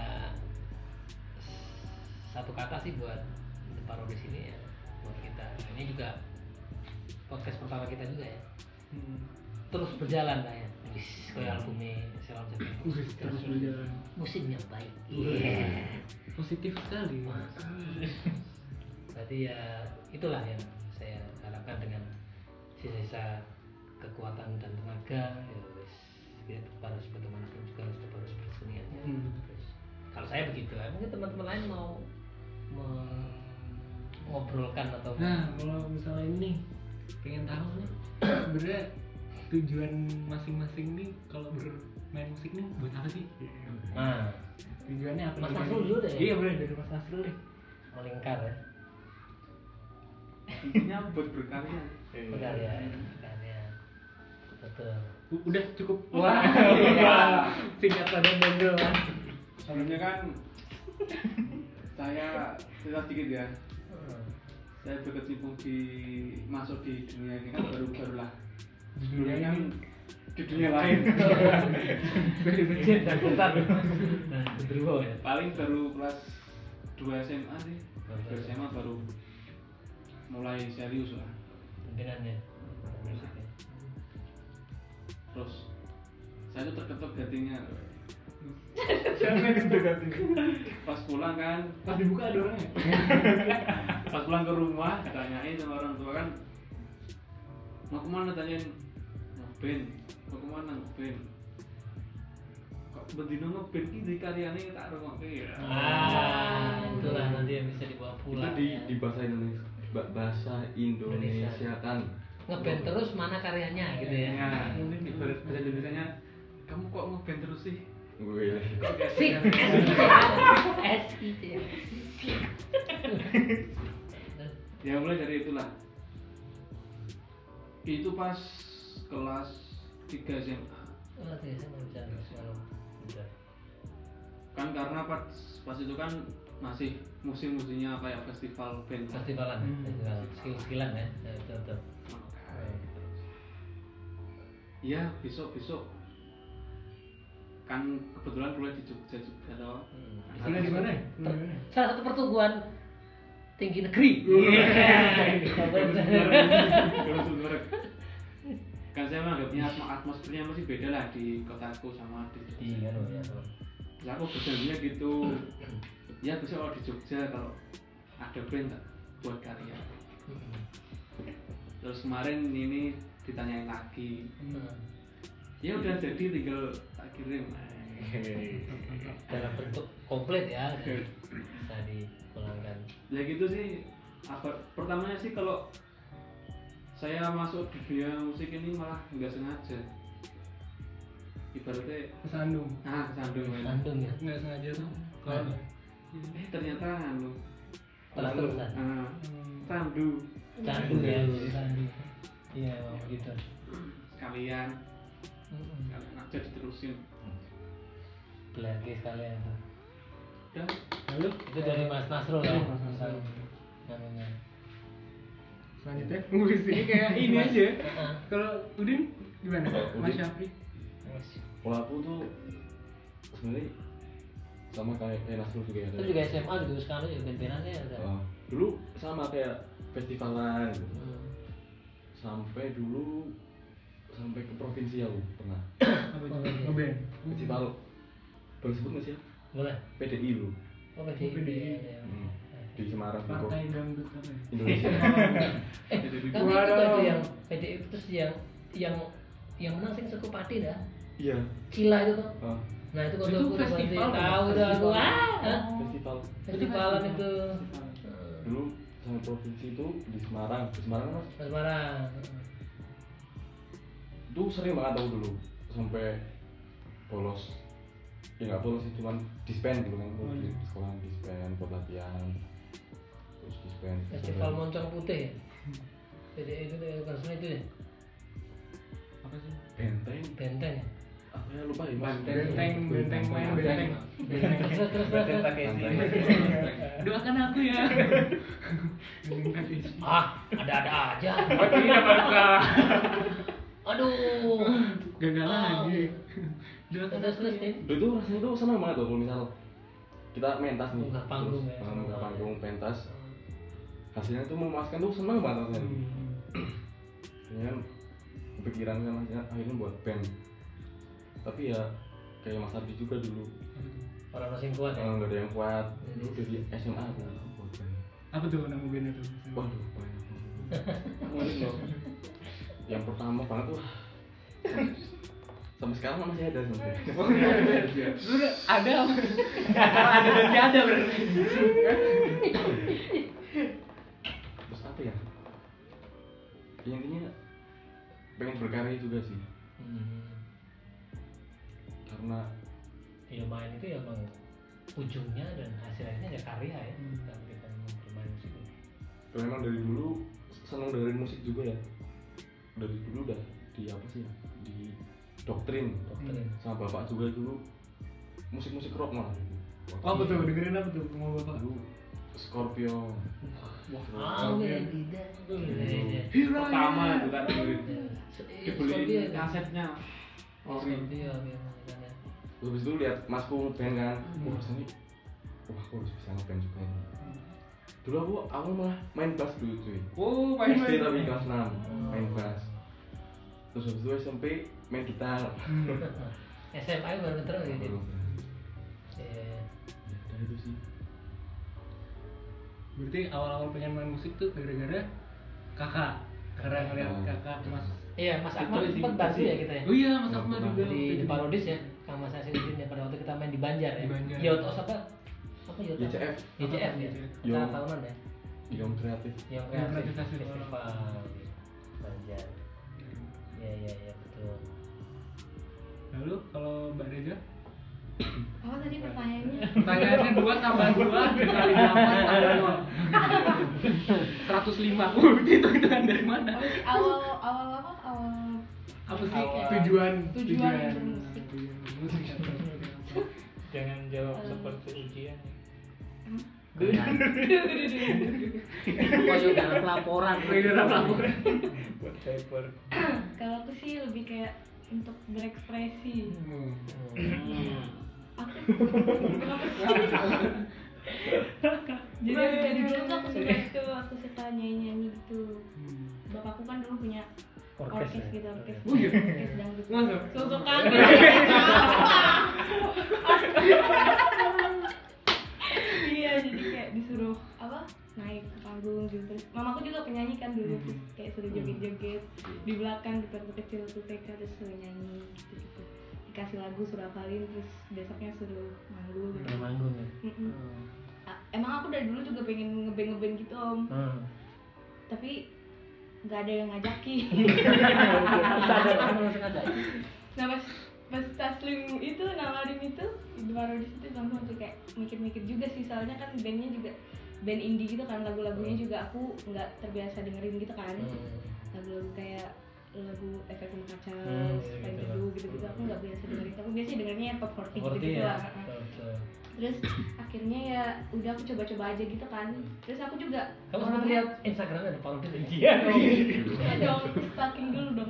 satu kata sih buat Paro di sini ya, buat kita. Ini juga podcast pertama kita juga ya. Terus berjalan lah ya. Wis kayak albumnya Selam Seven. Wis, terus berjalan. Musimnya baik. Iya. Positif sekali. Berarti ya itulah yang saya harapkan dengan sisa-sisa kekuatan dan tenaga ya wis kita harus bagaimanapun juga harus tetap harus bersenian ya. Hmm. Terus kalau saya begitu ya, mungkin teman-teman lain mau mengobrolkan atau Nah, kalau misalnya ini pengen tahu nih sebenarnya tujuan masing-masing nih kalau bermain musik nih buat apa sih? nah, Tujuannya apa? Mas nih? Nasrul dulu deh. Iya, boleh dari Mas Nasrul deh. melingkar ya. Intinya buat berkarya. Benar ya, karya. Betul. U- Udah cukup. Wah, iya. Singkat padat bondol. Sebenarnya kan saya cerita sedikit ya. Saya berkecimpung di masuk di dunia ini kan baru-baru lah. Sebelumnya kan di dunia lain. Cinta ketar. Nah, berdua ya. Paling baru kelas dua S M A sih. dua S M A baru mulai serius lah. Pimpinannya musiknya. Terus saya tuh terketuk hatinya. Siapa yang mendekati? Pas pulang kan, Pas dibuka ada orangnya. pas pulang ke rumah ditanyain sama orang tua kan, mau kemana, tanyain ngeband, mau kemana ngeband, kok bendino ngeband ki di karyane tak rungokke ya. Ah, itulah nanti yang bisa dibawa Itu pulang. di ya. di bahasa Indonesia, ba- bahasa Indonesia kan. Ngeband terus mana karyanya gitu ya. Ya, mungkin ibarat bahasa Indonesianya, kamu kok ngeband terus sih? Gue Sik, S I C. Ya mulai dari itulah. Itu pas kelas tiga S M A. Oh, saya mau bicara semalam. Bentar. Kan karena pas pas itu kan masih musim-musimnya kayak festival band. Festivalan, Hmm. festival skill-skillan ya. Ya, betul betul. Iya, besok-besok kan kebetulan kuliah di Jogja juga toh. Hmm. Kuliah di mana ya? Per- Salah satu pertuguhan tinggi negeri. Terus bener. Kan saya menganggapnya atmo- atmosfernya masih beda lah di kotaku sama di Jogja. Iya kan ya. Terus aku berjanjinya gitu. Ya besok kalau di Jogja kalau ada band tak buat karya. Terus kemarin ini ditanyain lagi. Ya udah jadi tinggal tak kirim. Dalam bentuk komplit ya. Bisa dipulangkan. Ya gitu sih. Apa pertamanya sih kalau saya masuk di dunia musik ini malah nggak sengaja. Ibaratnya Kesandung. ah kesandung men. Sandung ya. Nggak sengaja tuh. Kalau Eh ternyata anu. Terus-terusan. Ah, Hmm. sandu Candu ya, candu. Iya, memang begitu. sekalian sekalian aja diterusin. Lagi sekalian tuh. Udah. Lalu Itu dari Mas Nasrul ya. Mas Nasrul. Namanya. selanjutnya ngulis ini kayak ini Mas- aja. Heeh. Kalau Udin gimana? Kalau Mas Udin? Syafri? Mas. Kalau aku tuh sebenarnya sama kayak kayak Nasrul juga ya. Itu juga S M A juga sekali ya band-bandannya ada. Ah, dulu sama kayak festivalan gitu. Hmm. Sampai dulu sampai ke provinsi aku pernah. Apa itu? Ngeband. Festival boleh sebut nggak sih? Boleh. P D I lu. Oh, P D I. P D I. ya. Hmm. Di Semarang tuh. Partai dangdut apa ya? Indonesia. Eh, kan itu Waduh. tadi yang P D I terus yang yang yang menang sing Sekupati dah. Iya. Cila itu tuh. Ah, Nah, itu Itu kalau aku festival, tahu dah aku. festival. Ah, hah? festival. Festivalan itu. Dulu sama provinsi itu di Semarang, di Semarang Mas. Semarang. Itu sering banget aku dulu sampai bolos. Ya nggak bolos sih, cuman dispen gitu kan, Oh, di iya. sekolah dispen buat latihan. Terus dispen. Festival Moncong Putih ya? Jadi itu bukan sebenarnya itu ya? Apa sih? Benteng. Benteng ya? Ah, ya lupa ya. Mas. Benteng, benteng main benteng. Terus terus terus terus. Doakan aku ya. Benteng Takeshi. Ah, ada-ada aja. Oh iya bangsa. Aduh. Gagal lagi. Terus terus terus nih. Dulu tuh rasanya tuh senang banget tuh kalau misal kita pentas nih. Buka panggung terus, ya. eh, buka panggung pentas. Hasilnya tuh memuaskan tuh senang banget rasanya. Ya kan kepikiran kan akhirnya, akhirnya buat band. Tapi ya kayak Mas Ardi juga dulu. Orang masing kuat ya. Kalau nggak ada yang kuat, dulu dari S M A aku buat band. Apa tuh nama bandnya tuh? Waduh, banyak. Mungkin loh. Yang pertama banget tuh. Sampai sekarang masih ada sebenarnya. Sudah ada apa? Ada dan tiada berarti. Terus apa ya? Ya, intinya pengen berkarya juga sih. Hmm. Karena Ya main itu ya emang ujungnya dan hasil akhirnya ya karya ya. Hmm. Kalau kita mau bermain musik. kalau memang dari dulu senang dengerin musik juga ya. Dari dulu udah di apa sih? Ya? Di doktrin Doktrin. sama bapak juga dulu musik-musik rock malah dulu. Oh betul, dengerin apa tuh mau bapak? Dulu Scorpio. Ah, Oke. tidak. Pertama itu kan dulu Scorpio dibeliin ya. kasetnya. Oh, Ori. Scorpio memang kan ya. Terus habis itu lihat masku ngeband kan. Wah, rasanya wah, aku harus bisa ngeband juga ini. Dulu aku aku malah main bass dulu cuy. Oh, S D main-main. tapi kelas enam main bass. Terus habis itu S M P main gitar. S M A baru terus gitu. Baru. Iya. Ya, udah itu sih. Berarti awal-awal pengen main musik tuh gara-gara kakak. Karena ngeliat kakak Mas. Iya, Mas Ahmad Betul sih, sempat bantu betul ya sih. kita ya. Oh iya, Mas Nggak Ahmad pernah. juga Di waktu di itu. Parodis ya, Kang Mas Asinuddin ya pada waktu kita main di Banjar ya. Di Banjar. Yotos apa? Apa Yotos? Y C F. Y C F ya. Yo. Kita tahunan ya. Yang kreatif. Yang Yang kreatif kreatif festival. festival. Banjar. Iya iya iya betul. Lalu kalau Mbak Reza? Apa tadi pertanyaannya? Pertanyaannya dua tambah dua dikali delapan tambah nol. Seratus lima. Uh, itu hitungan dari mana? Apa sih awal awal apa? Awal Apa sih Awal. tujuan Tujuan bermusik. tujuan bermusik atau Jangan jawab Eh. seperti ujian. Pokoknya dalam pelaporan. dalam laporan. Buat paper. kalau aku sih lebih kayak untuk berekspresi. Hmm. Aku kenapa sih? Jadi dari dulu tuh aku suka itu, aku suka nyanyi-nyanyi gitu. Hmm. Bapakku kan dulu punya Orkes orkes ya? gitu, orkes. Oh iya? Orkes dangdut. Masa? Sosokan. Iya, jadi kayak disuruh apa? Naik ke panggung gitu. Terus mamaku juga penyanyi kan dulu, terus kayak suruh joget-joget di belakang di waktu kecil waktu T K, terus suruh nyanyi gitu-gitu. Dikasih lagu suruh hafalin, terus besoknya suruh manggung gitu. Udah manggung ya. Mm-mm. A- Emang aku dari dulu juga pengen ngeband ngeband gitu om, Hmm. tapi nggak ada yang ngajakin. Sadar kan langsung ada. Nah pas pas Taslim itu nawarin itu di Parodis itu langsung tuh kayak mikir-mikir juga sih, soalnya kan bandnya juga band indie gitu kan, lagu-lagunya juga aku nggak terbiasa dengerin gitu kan, lagu-lagu kayak lagu efek rumah kaca, Hmm, Spine gitu. Teduh gitu-gitu aku nggak biasa dengerin, aku biasanya dengerinnya yang pop forty Seperti gitu-gitu ya. lah. Betul, betul. Terus akhirnya ya udah aku coba-coba aja gitu kan, terus aku juga Kamu sempat orangnya- lihat Instagramnya ada Parodis? Iya. Iya dong, stalking dulu dong.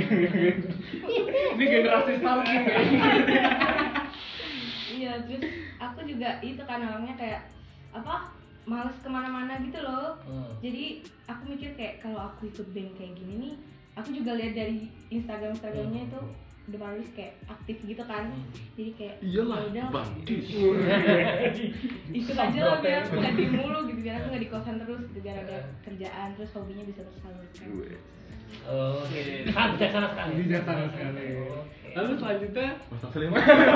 Ini generasi stalking kayaknya. Iya, terus aku juga itu kan orangnya kayak apa, males kemana-mana gitu loh. Hmm. Jadi aku mikir kayak kalau aku ikut band kayak gini nih, aku juga lihat dari Instagram Instagramnya itu The Parodis kayak aktif gitu kan. Hmm. Jadi kayak Iyalah, ya udah bandis. ikut aja lah biar aku nggak di mulu gitu, biar aku nggak di kosan terus gitu, biar ada kerjaan terus hobinya bisa tersalurkan. Oh, oke. Sangat bijaksana sekali. Bijaksana sekali. Oke. Lalu selanjutnya Mas Taslim.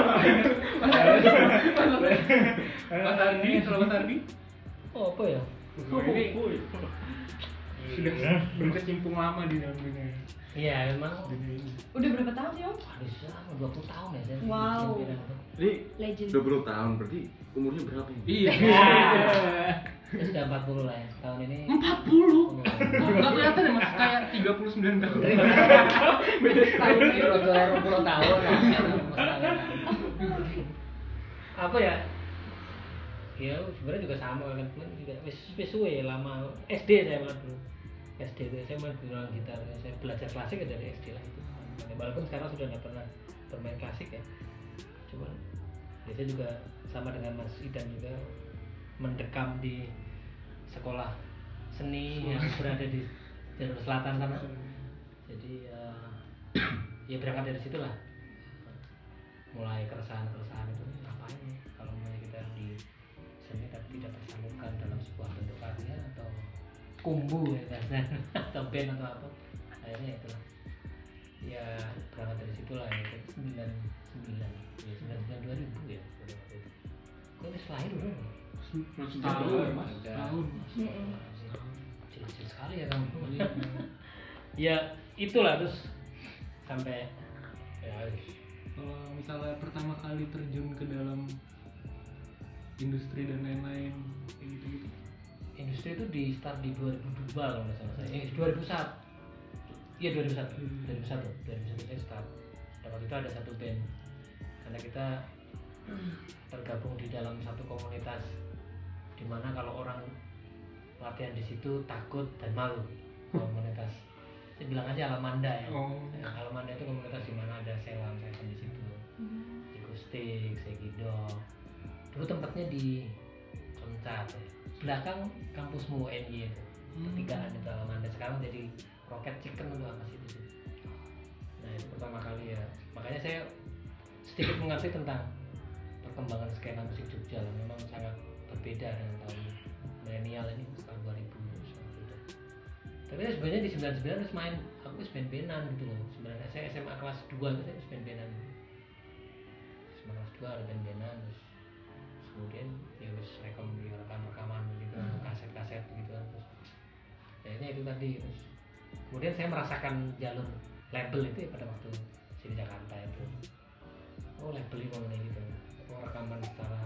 Mas Ardi, kalau Mas Ardi Oh, apa ya? Wah, ini sudah berkecimpung lama di dalam dunia Iya, memang dunia ini. Udah berapa tahun sih om? waduh selama dua puluh tahun ya saya Wow. bikin pimpinan itu. Ini Legend. dua puluh tahun berarti umurnya berapa ini? Iya. Ya sudah empat puluh lah ya tahun ini. empat puluh. Oh. Enggak kelihatan ya Mas kayak tiga puluh sembilan tahun. Beda setahun ini udah dua puluh tahun lah. Apa ya? Ya sebenarnya juga sama kan, cuman juga wis wis suwe lama. S D saya malah dulu. S D itu saya main bilang gitar, saya belajar klasik ya dari S D lah itu. Walaupun sekarang sudah nggak pernah bermain klasik ya. Cuman ya saya juga sama dengan Mas Idan juga mendekam di sekolah seni yang berada di jalur selatan sana. Jadi uh, ya berangkat dari situ lah. Mulai keresahan-keresahan itu ngapain ya kalau misalnya kita di seni tapi tidak tersalurkan dalam sebuah bentuk karya atau kumbu ya kan atau band atau apa, akhirnya itulah ya berangkat dari situlah ya sembilan sembilan ya sembilan sembilan dua ribu ya kok ini lahir udah Masih Tahun, jauh Mas. Mas. Tahun. Mm-mm. kecil sekali ya kamu ya itulah terus sampai ya Kalau misalnya pertama kali terjun ke dalam industri dan lain-lain kayak gitu-gitu. industri itu di start di dua ribu dua kalau nggak salah saya eh dua ribu satu iya dua ribu satu dua ribu satu dua ribu satu saya start dan waktu itu ada satu band karena kita tergabung di dalam satu komunitas di mana kalau orang latihan di situ takut dan malu. Komunitas saya bilang aja Alamanda ya. Oh. Nah, Alamanda itu komunitas di mana ada selam saya di situ, Ikustik, Segido. Dulu tempatnya di Koncat ya. Belakang kampusmu U N Y itu, ketigaan itu Alamanda. Sekarang jadi Rocket Chicken itu apa sih itu? Nah itu pertama kali ya. Makanya saya sedikit mengerti tentang perkembangan skena musik Jogja lah. Memang sangat berbeda dengan tahun milenial ini sekarang dua ribu sangat beda. Tapi ya sebenarnya di sembilan puluh sembilan terus main aku wis band-bandan gitu loh. Sebenarnya saya S M A kelas dua itu saya wis band-bandan. S M A kelas dua ada band-bandan terus kemudian ya wis rekam di rekaman-rekaman gitu, kaset-kaset gitu kan terus. Akhirnya itu tadi terus kemudian saya merasakan jalur label itu ya pada waktu di Jakarta itu. Oh label ini mengenai gitu. Oh rekaman secara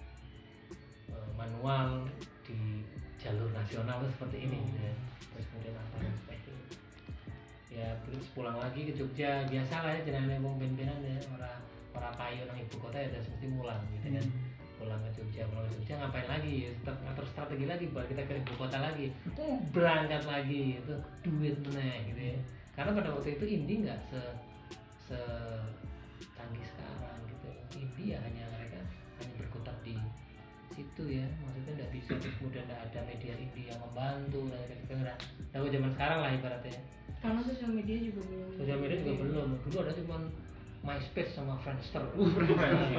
uh, manual di jalur nasional itu seperti ini gitu ya. Terus kemudian apa seperti itu. Ya terus pulang lagi ke Jogja biasa lah ya jenenge wong ben-benan ya ora ora payu nang ibu kota ya udah mesti mulang gitu kan. Pulang ke Jogja, pulang ke Jogja ngapain lagi? Tetap ngatur strategi lagi buat kita ke ibu kota lagi. Oh, berangkat lagi itu duit meneh gitu ya. Karena pada waktu itu indie nggak se se canggih sekarang gitu. Indie ya hanya mereka hanya berkutat di situ ya. Maksudnya nggak bisa terus kemudian nggak ada media indie yang membantu dan gitu nggak. Tahu zaman sekarang lah ibaratnya. Karena sosial media juga belum. Sosial media juga belum. Dulu ada cuma MySpace sama Friendster. Uh, Friendster.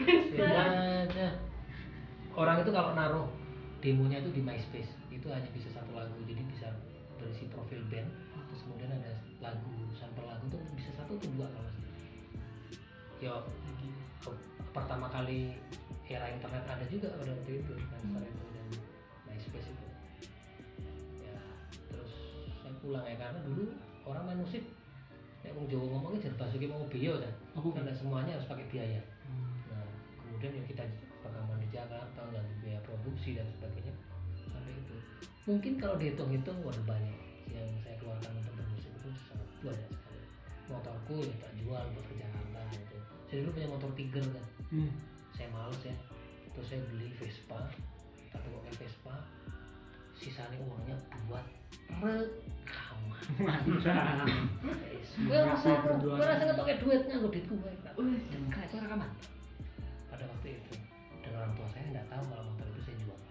Ada. Orang itu kalau naruh demonya itu di MySpace itu hanya bisa satu lagu, jadi bisa berisi profil band. Terus kemudian ada lagu, sampel lagu itu bisa satu atau dua kalau nggak salah. Yo, pertama kali era internet ada juga pada waktu itu, Friendster itu dan MySpace itu. Ya, terus saya pulang ya karena dulu orang main musik. Nek wong Jawa ngomongnya jadi basuki mau biaya kan. Oh, Karena semuanya harus pakai biaya. Nah, kemudian ya kita rekaman di Jakarta dan biaya produksi dan sebagainya sampai itu. Mungkin kalau dihitung-hitung waduh banyak yang saya keluarkan untuk bermusik itu sangat banyak sekali. Motorku ya tak jual buat ke Jakarta gitu. Saya dulu punya motor Tiger kan. Hmm. Saya males ya. Terus saya beli Vespa, tak pakai Vespa. Sisanya uangnya buat rekaman. Mantap. Gue rasa, gue rasa ngetoknya duitnya gue duitku gue Wih, kayak gue rekaman. Pada waktu itu dan orang tua saya nggak tahu kalau motor itu saya jual.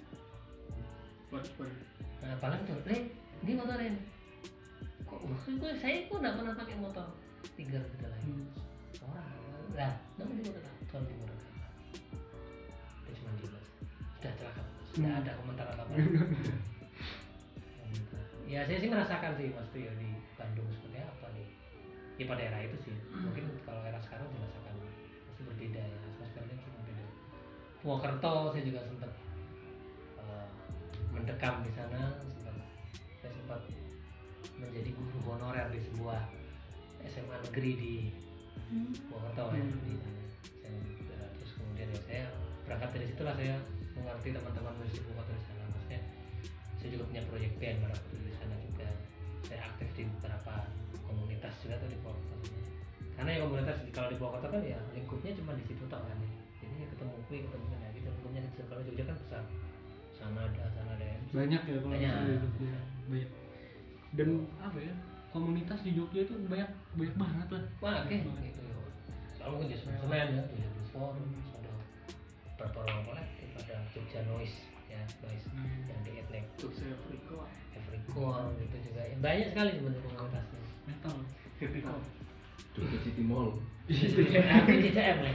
Buat buat. Nah, paling tuh, nih, ini motornya. Kok gue saya kok nggak pernah pakai motor Tiger gitu lagi. Orang, lah, namun di motor tuan di motor. Dia cuma diem aja. Sudah celaka, sudah ada komentar apa-apa. Ya saya sih merasakan sih pasti ya di Bandung seperti apa nih. Ya pada era itu sih. Mungkin kalau era sekarang dirasakan pasti berbeda ya. Atmosfernya sih berbeda. Purwokerto saya juga sempat uh, mendekam di sana, sempat saya sempat menjadi guru honorer di sebuah S M A negeri di Hmm. Purwokerto ya, di sana. Saya, uh, terus kemudian ya saya berangkat dari situlah saya mengerti teman-teman musisi Purwokerto di sana. Maksudnya saya juga punya proyek band pada waktu di sana juga. Saya aktif di beberapa komunitas juga tuh di Purwokerto. Karena ya komunitas kalau di Purwokerto kan ya lingkupnya cuma di situ tok kan. Jadi ya ketemu kui, ketemu kan ya gitu. Lingkupnya kecil. Kalau Jogja kan besar. Sana ada, sana ada. Banyak ya kalau Banyak. misalnya di Jogja. Banyak. Dan apa ya? Komunitas di Jogja itu banyak banyak banget lah. Wah, oke gitu ya. Kalau mungkin di Semen ya, di Forum, ada beberapa orang kolektif, ada Jogja Noise ya, Noise Hmm. yang di etnik Jogja Afrika. Afrika gitu juga. Ya, banyak sekali sebenarnya komunitasnya. Metal. Afrika. Jogja City Mall. Tapi C C M ya.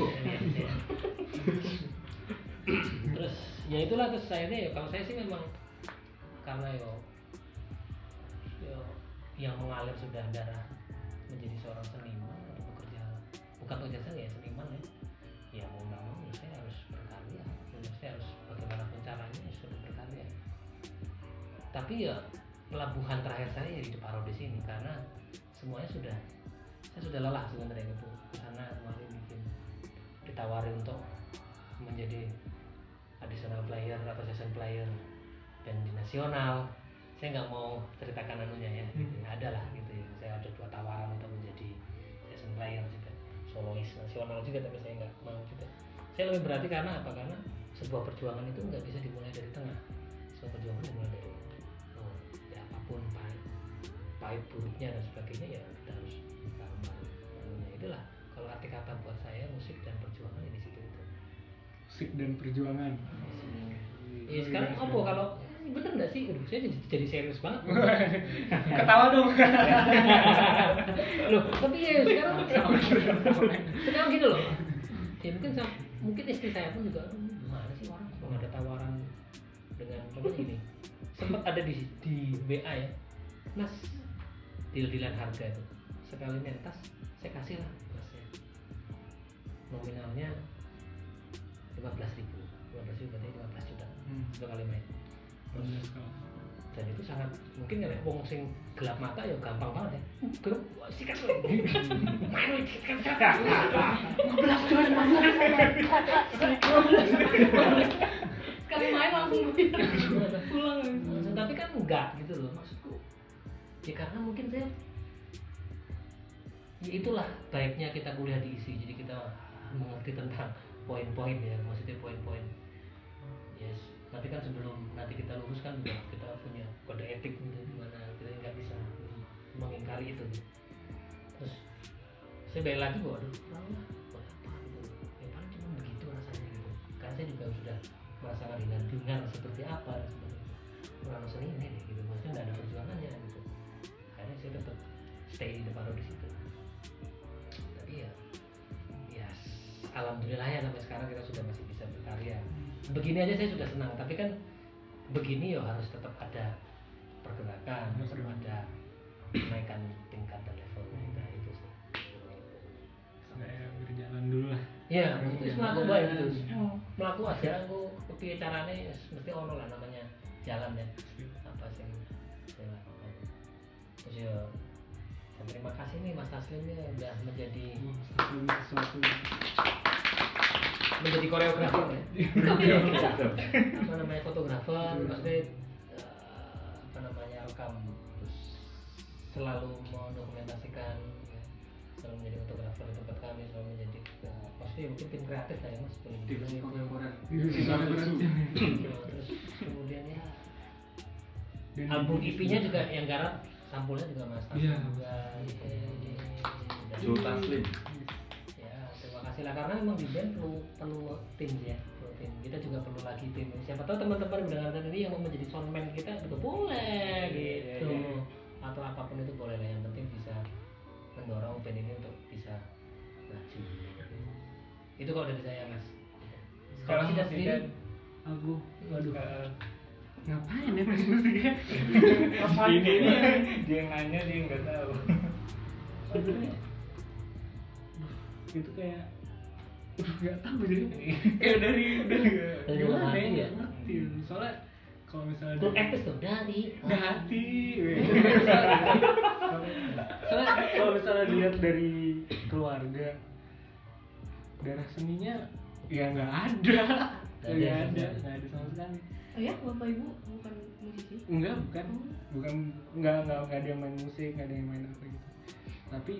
Terus ya itulah terus saya ini kalau saya sih memang karena yo yo yang mengalir sudah darah menjadi seorang seniman atau bekerja bukan bekerja seni ya seniman ya ya mau nggak mau ya saya harus berkarya ya, saya harus bagaimanapun caranya ya sudah berkarya tapi ya pelabuhan terakhir saya ya di Deparodis ini karena semuanya sudah saya sudah lelah sebenarnya gitu karena kemarin bikin ditawari untuk menjadi additional player atau session player band di nasional. Saya nggak mau ceritakan anunya ya, gitu. Ya, ada lah gitu ya. Saya ada dua tawaran untuk menjadi session player juga, solois nasional juga, tapi saya nggak mau juga. Saya lebih berarti karena apa? Karena sebuah perjuangan itu nggak bisa dimulai dari tengah. Sebuah perjuangan dimulai dari oh, ya apapun pahit, pahit buruknya dan sebagainya ya kita harus bareng-bareng. Anunya itulah kalau arti kata buat saya musik dan perjuangan ya di situ itu. Musik dan perjuangan. Iya sekarang apa kalau bener nggak sih? Aduh, saya jadi, jadi serius banget. Ketawa dong. Loh, tapi ya sekarang sekarang gitu loh. Ya mungkin sam- mungkin istri saya pun juga aduh, gimana sih orang kalau ada tawaran dengan pokoknya gini. Sempat ada di di W A ya. Mas, deal-dealan harga itu. Sekali mentas saya kasih lah masnya. Nominalnya lima belas ribu. lima belas ribu berarti lima belas juta. Hmm. Satu kali main. Terus, dan itu sangat mungkin ya wong sing gelap mata ya gampang banget ya gelap sikat loh main loh sikat sikat lima belas juta lima belas Sekali main langsung pulang. tapi kan enggak gitu loh maksudku ya karena mungkin saya ya itulah baiknya kita kuliah di I S I jadi kita mengerti tentang poin-poin ya maksudnya poin-poin yes tapi kan sebelum nanti kita lulus kan juga kita punya kode etik gitu di mana kita nggak bisa mengingkari itu gitu. Terus saya balik lagi bahwa aduh kurang lah buat apa gitu ya paling cuma begitu rasanya gitu karena saya juga sudah merasakan hingar-bingar seperti apa dan sebagainya kurang seni ini deh gitu maksudnya nggak ada perjuangannya gitu akhirnya saya tetap stay di depan di situ tapi ya ya alhamdulillah ya sampai sekarang kita sudah masih bisa berkarya begini aja saya sudah senang tapi kan begini ya harus tetap ada pergerakan harus ada menaikkan tingkat dan levelnya nah, itu sih Saya berjalan dulu lah. ya terus melaku baik gitu Oh. melaku aja aku kepiye carane mesti ono lah namanya jalan ya apa sih saya lakukan terus ya dan terima kasih nih Mas Taslim ya udah menjadi Sesuatu sesuatu. menjadi koreografer ya apa namanya fotografer maksudnya uh, apa namanya rekam terus selalu mendokumentasikan ya, selalu menjadi fotografer di tempat kami selalu menjadi uh, maksudnya mungkin tim kreatif lah ya mas boleh dibilang Divisi itu. kontemporer. Ya, terus kemudian ya Dan album E P-nya juga yang garap sampulnya juga Mas Taslim Iya. juga ya, dan- Joe Taslim. ya terima kasih lah karena memang di band perlu perlu tim sih ya perlu tim kita juga perlu lagi tim siapa tahu teman-teman mendengarkan ini yang mau menjadi soundman kita juga boleh gitu atau apapun itu boleh lah yang penting bisa mendorong band ini untuk bisa maju itu kalau dari saya mas kalau masih ada sendiri aku waduh Eh, ngapain ya pas musiknya? ini dia yang nanya dia nggak tahu Sebenarnya itu kayak aduh, nggak tahu jadi kayak dari dari gimana hati ya ya? nggak ngerti soalnya kalau misalnya Klub dari- Ektis tuh dari hati. Soalnya kalau misalnya dilihat dari keluarga, darah seninya ya nggak ada, Nggak ada nggak sama ada, sekali. nggak ada sama sekali. Oh ya, bapak ibu bukan musisi? Enggak, bukan, bukan, nggak nggak nggak ada yang main musik, nggak ada yang main apa gitu. Tapi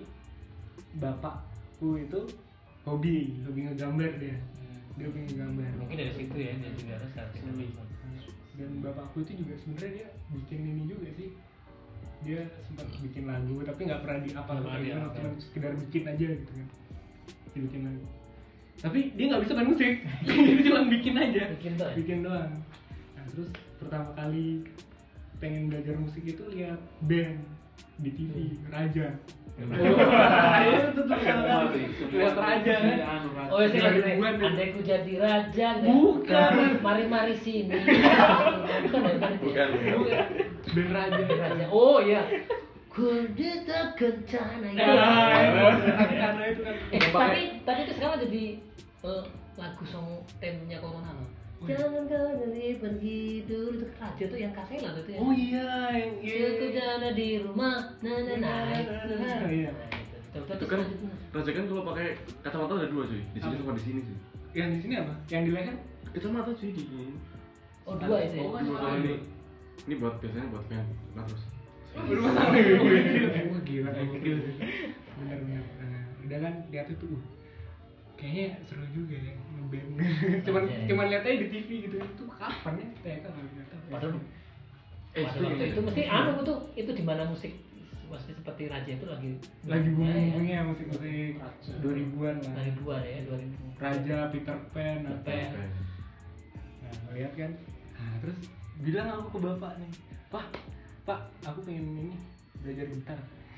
bapakku itu hobi, hobi ngegambar dia, dia hobi ngegambar. mungkin dari situ ya dia juga harus arti seni. Dan bapakku itu juga sebenarnya dia bikin ini juga sih, dia sempat bikin lagu tapi nggak pernah diapal Nggak pernah kayak gimana, diapal. cuma sekedar bikin aja gitu kan, dibikin lagu. Tapi dia nggak bisa main musik, dia cuma bikin aja, Bikin tuh ya? bikin doang. Nah terus pertama kali pengen belajar musik itu lihat band di T V Raja. Oh, itu tuh pertama kali. Lihat Raja kan. Oh ya sih Tiga lagu ribuan ya. andai ku jadi raja nggak? Bukan. Mari-mari sini. Bukan ya, bukan itu ya? Bukan. Band Raja. Raja. Oh iya. Kudeta kencana ya. Nah, itu karena itu kan. Eh, tapi tapi itu sekarang jadi eh, lagu song temnya Corona loh. Oh, iya. Jangan kau dari pergi dulu itu Raja tuh yang Kasela tuh ya. Oh iya, yang Aku jana di rumah, nah nah nah. Nah, iya. Itu kan Raja kan kalau pakai kacamata ada dua cuy, di sini Apa? sama di sini sih. Yang di sini apa? Yang di leher? Kacamata cuy di sini. Oh dua itu ya. Oh, Dua sama kalau ini. dua. Ini buat biasanya buat fan. Nah terus. Berumah sama ya? Wah gila, kayak gokil sih. Bener-bener. Nah, udah kan lihat itu, uh, kayaknya seru juga ya ngeband. cuman Iya. cuman lihat aja di T V gitu. Itu kapan ya? T K kali nggak tahu. Padahal Eh, pada itu waktu yang- itu mesti anu tuh itu di mana musik pasti seperti Raja itu lagi lagi ya, booming-boomingnya musik-musik Raja. dua ribuan lah. dua ribuan ya dua ribu Raja, Peter Pan, Peter apa? Pan. Fan. Nah, ngeliat kan. Nah, terus bilang aku ke bapak nih, "Pak, Pak, aku pengen ini belajar gitar."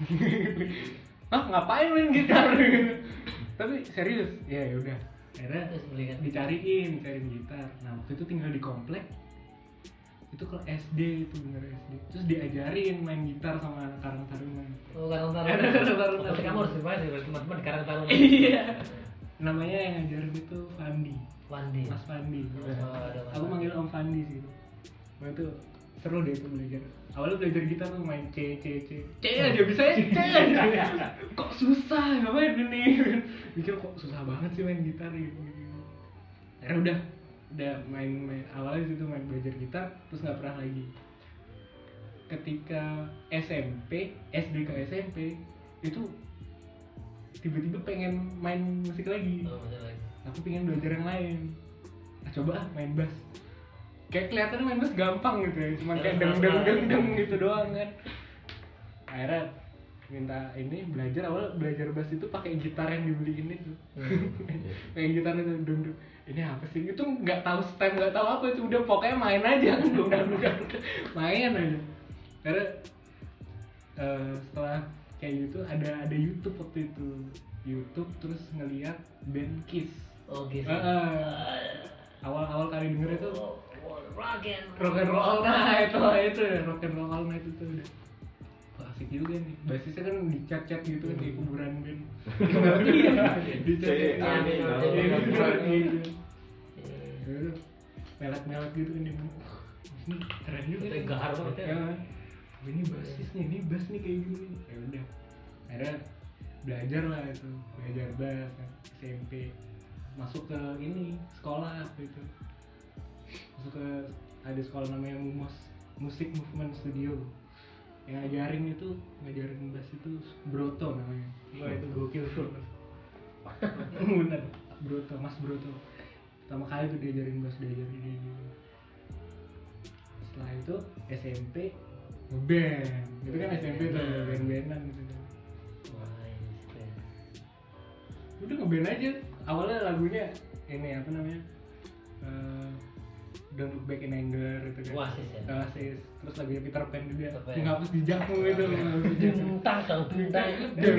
"Hah, ngapain main gitar?" Tapi serius, ya ya udah. Akhirnya Terus beli kan? dicariin, dicariin gitar. Nah, waktu itu tinggal di komplek. Itu kalau S D itu bener S D. Terus diajarin main gitar sama anak Karang Taruna. Oh Karang Karang Taruna. Taruna. Berarti kamu harus bermain sih teman-teman di Karang Taruna. Iya. Namanya yang ngajarin itu Fandi. Wandi. Mas Fandi. Oh, ada Mas Aku Fandi. manggil Om Fandi sih. Nah, itu seru deh itu belajar. Awalnya belajar gitar tuh main C C C. C aja bisa ya, C aja. Kok susah ngapain ini? Mikir kok susah banget sih main gitar gitu. Akhirnya udah udah main main awalnya di situ main belajar gitar terus nggak pernah lagi. Ketika S M P, S D ke S M P itu tiba-tiba pengen main musik lagi. Oh, betul lagi. Aku pengen belajar yang lain. Nah, coba ah main bass. Kayak kelihatannya main bass gampang gitu ya, cuman kayak deng deng deng deng gitu doang kan. Akhirnya minta ini belajar, awal belajar bass itu pakai gitar yang dibeliin itu. Pakai gitar itu deng deng. Ini apa sih? Itu nggak tahu stem, nggak tahu apa itu, udah pokoknya main aja kan, udah udah main aja. Karena eh, setelah kayak gitu ada ada YouTube waktu itu, YouTube terus ngeliat band Kiss. Oh gitu. Awal-awal kali denger itu Oh, rock and rock and roll all night, oh itu rock and roll all night itu udah. Wah, asik juga nih. Basisnya kan dicat-cat gitu kan kayak kuburan band. Dicat-cat Ah, iya, gitu. iya, iya. Kuburan gitu. Eh, Ya udah, melet-melet gitu kan dia. Ini keren juga. Itu nih. gahar banget ya. Ya. Ini basis nih, ini bass nih kayak gini. Ya udah. Akhirnya belajar lah itu, belajar bass kan, S M P. Masuk ke ini sekolah gitu. Masuk ke ada sekolah namanya Mumos Music Movement Studio. Yang ngajarin itu, ngajarin bass itu Broto namanya. Wah itu gokil tuh. Bener, Broto, Mas Broto. Pertama kali tuh diajarin bass, diajarin dia gitu. Setelah itu S M P ngeband. Itu kan S M P tuh band-bandan gitu kan. Wah, ini keren. Udah ngeband aja. Awalnya lagunya ini apa namanya? Eh, Don't Look Back in Anger gitu kan. Oasis ya? Oasis. Terus lagunya Peter Pan juga. Peter Pan. Menghapus jejakmu itu. Bintang kau bintang.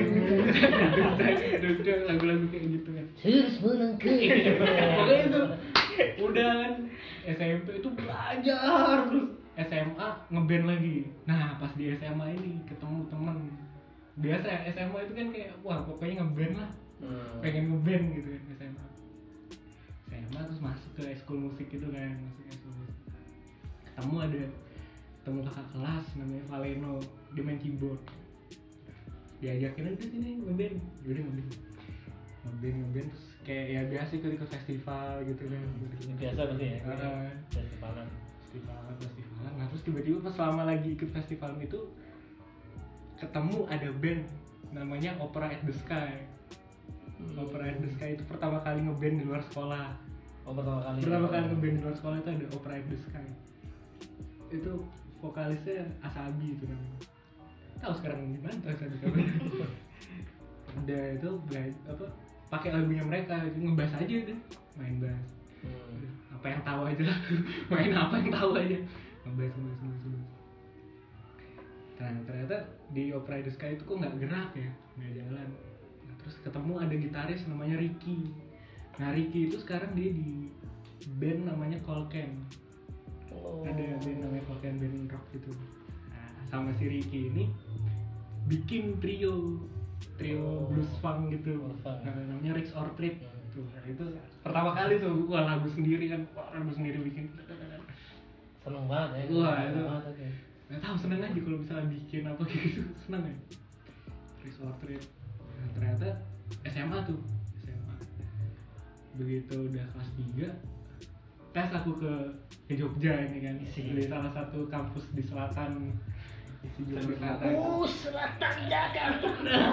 Lagu-lagu kayak gitu kan. Terus melengkung. Pokoknya itu udah kan S M P itu belajar terus S M A ngeband lagi. Nah pas di S M A ini ketemu teman. Biasa ya, S M A itu kan kayak wah pokoknya ngeband lah. Hmm. Pengen ngeband gitu kan S M A. S M A terus masuk ke eskul musik gitu kan, masuk ke eskul musik. ketemu ada ketemu kakak kelas namanya Valeno, dia main keyboard, diajakin udah sini ngeband, udah ngeband ngeband ngeband terus kayak ya biasa ikut ikut festival gitu kan. Ini biasa pasti ya. Heeh. Festivalan. festivalan festivalan nah terus tiba-tiba pas selama lagi ikut festival itu ketemu ada band namanya Opera at the Sky. Hmm. Opera at the Sky itu pertama kali ngeband di luar sekolah. Oh, pertama kali. Pertama kali ngeband di luar sekolah itu ada Opera at the Sky. Itu vokalisnya Asabi itu namanya. Tahu sekarang di mana tuh Asabi kabarnya? Udah itu belajar apa pakai lagunya mereka itu ngebas aja deh, main bass. Hmm. Apa yang tahu aja lah. Main apa yang tahu aja. Ngebas ngebas ngebas. ngebas. Nah, ternyata di Opera at the Sky itu kok nggak gerak ya, nggak jalan. Nah, terus ketemu ada gitaris namanya Ricky. Nah, Ricky itu sekarang dia di band namanya Colcan. Oh. Ada band namanya Colcan, band rock gitu. Nah, sama si Ricky ini bikin trio trio Oh. blues funk gitu. Blues funk. Nah, namanya Rick's Or Trip. Hmm. Tuh, nah, itu pertama kali tuh gua lagu sendiri kan, wah, lagu sendiri bikin. Seneng banget ya. Wah, Seneng itu. banget, oke. Nggak tahu, seneng aja kalau bisa bikin apa gitu, seneng ya. Rick's Or Trip. Nah, ternyata S M A tuh, S M A. Begitu udah kelas tiga, tes aku ke ke Jogja ini kan, Isi. di salah satu kampus di selatan isi Yogyakarta. Oh, selatan Jakarta.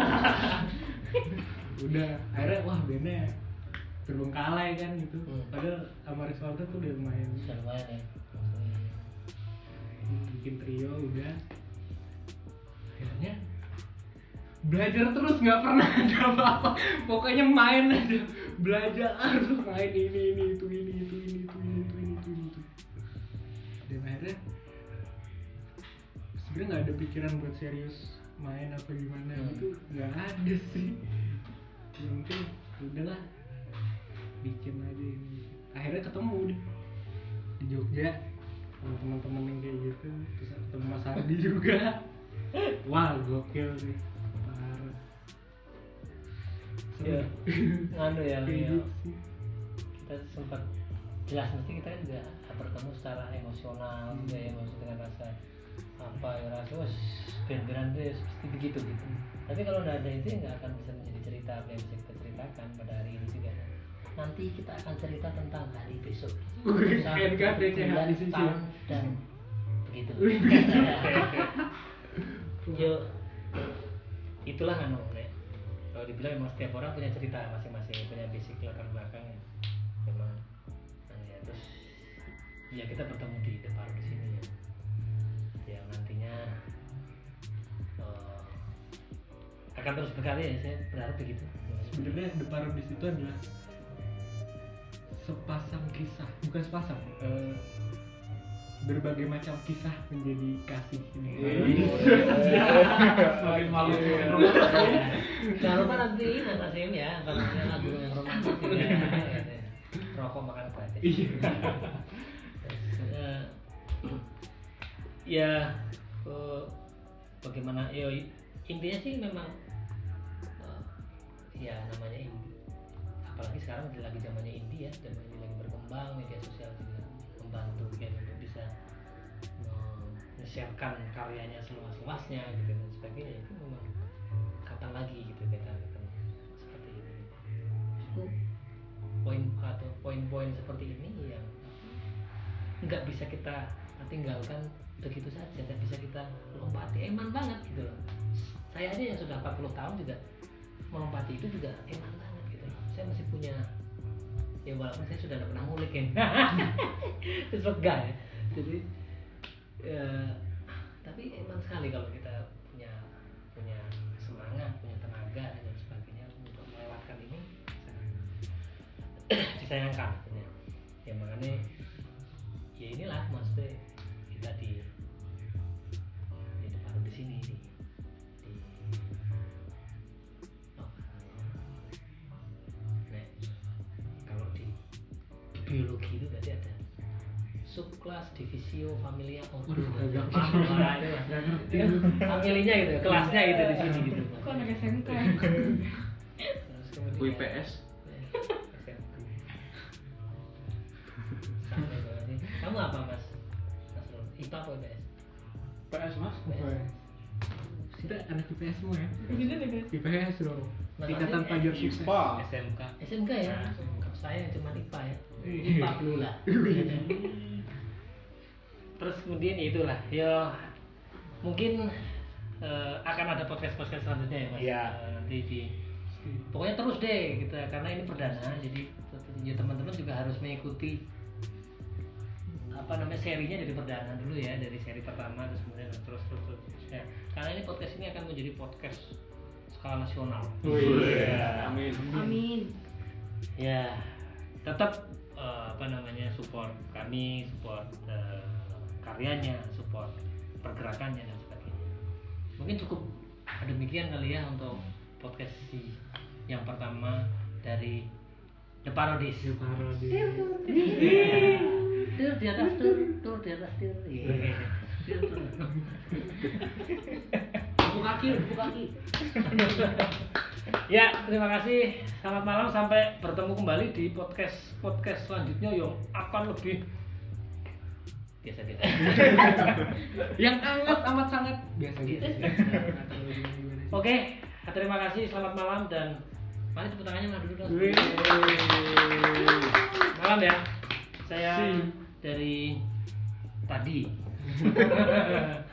Udah akhirnya wah bandnya terbengkalai kan gitu. Hmm. Padahal sama Rick's Or Trip tuh udah lumayan Bisa lumayan ya. bikin trio udah. Akhirnya belajar terus, nggak pernah ada apa-apa, pokoknya main aja, belajar terus, main ini ini itu ini itu ini itu ini itu ini itu ini itu. Dan akhirnya sebenarnya nggak ada pikiran buat serius main apa gimana Hmm. gitu, nggak ada sih. Ya, mungkin udahlah bikin aja ini. Akhirnya ketemu deh di Jogja sama teman-teman yang kayak gitu, terus ketemu Mas Ardi juga. Wah, gokil sih. Parah. Ya, nganu ya, Kayak ya. gitu sih. Kita sempat jelas mesti kita kan juga bertemu secara emosional juga ya, maksudnya dengan rasa apa ya, rasa wah band-bandan itu ya pasti begitu gitu. Tapi kalau nggak ada itu ya nggak akan bisa menjadi cerita apa yang bisa kita ceritakan pada hari ini juga. Nanti kita akan cerita tentang hari besok. Wih, Tentang kayak nggak ada bulan, kayak di sini. tahun, dan begitu. Yo, itulah kan ya. Kalau dibilang memang setiap orang punya cerita masing-masing, punya basic latar belakang ya. Memang nah, ya, terus ya kita bertemu di depan di sini ya. Yang nantinya eh, akan terus berkarya ya, saya berharap begitu. Sebenarnya The Parodis itu adalah sepasang kisah, bukan sepasang, eh, berbagai macam kisah menjadi kasih ini. Semakin malu. Jangan lupa nanti Mas Asim ya, kalau lagu yang romantis ya, rokok makan gratis. Iya. Terus, eh, ya eh, bagaimana ya intinya sih memang eh, ya namanya indie, apalagi sekarang lagi zamannya indie ya, zaman ini lagi berkembang, media sosial juga membantu kan untuk bisa men-sharekan karyanya seluas-luasnya gitu dan sebagainya. Itu memang kapan lagi gitu kita akan seperti ini. Itu poin atau poin-poin seperti ini yang nggak bisa kita tinggalkan begitu saja, dan bisa kita lompati, eman banget gitu loh. Saya aja yang sudah empat puluh tahun juga melompati itu juga eman banget gitu loh. Saya masih punya, ya walaupun saya sudah tidak pernah ngulik ya terus lega ya, jadi ya, tapi eman sekali kalau kita punya punya semangat, punya tenaga dan sebagainya untuk melewatkan ini, sangat disayangkan ya. Ya makanya ya inilah maksudnya kita di di baru di sini di, di oh, nah, kalau di biologi itu berarti ada subkelas divisio familia ordo. Waduh, agak Paham lah itu lah. Itu kan familinya gitu, kelasnya gitu di sini gitu. Kok anak S M K? Terus kemudian- U I P S. Sampai bawah ini. Kamu apa Mas? Mas Ron? I P A apa I P S? P S Mas. P S. Kita anak I P S semua ya. Bener ya guys. I P S dong. Mas Ikatan Ardi, Pelajar eh, Sukses. I P A. S M K. S M K ya? Nah. Saya cuma I P A ya. Iya. I P A dulu lah. Terus kemudian ya itulah, ya mungkin eh, akan ada podcast-podcast selanjutnya ya Mas. Iya. Eh, nanti di pokoknya terus deh kita karena ini perdana jadi ya teman-teman juga harus mengikuti apa namanya serinya dari perdana dulu ya, dari seri pertama terus kemudian terus terus terus ya. Karena ini podcast ini akan menjadi podcast skala nasional. Oh iya. Amin. Amin. Ya tetap eh, apa namanya support kami, support eh, karyanya, support pergerakannya dan sebagainya. Mungkin cukup demikian kali ya untuk podcast si yang pertama dari The Parodis. The Parodis. Tur di atas tur, tur di atas tur. Iya. Buku kaki, buku kaki. Ya, terima kasih. Selamat malam, sampai bertemu kembali di podcast podcast selanjutnya yang akan lebih biasa-biasa. Yang amat amat sangat biasa gitu. Oke, terima kasih. Selamat malam dan mari tepuk tangannya mah dulu dong. Malam ya. Saya dari tadi.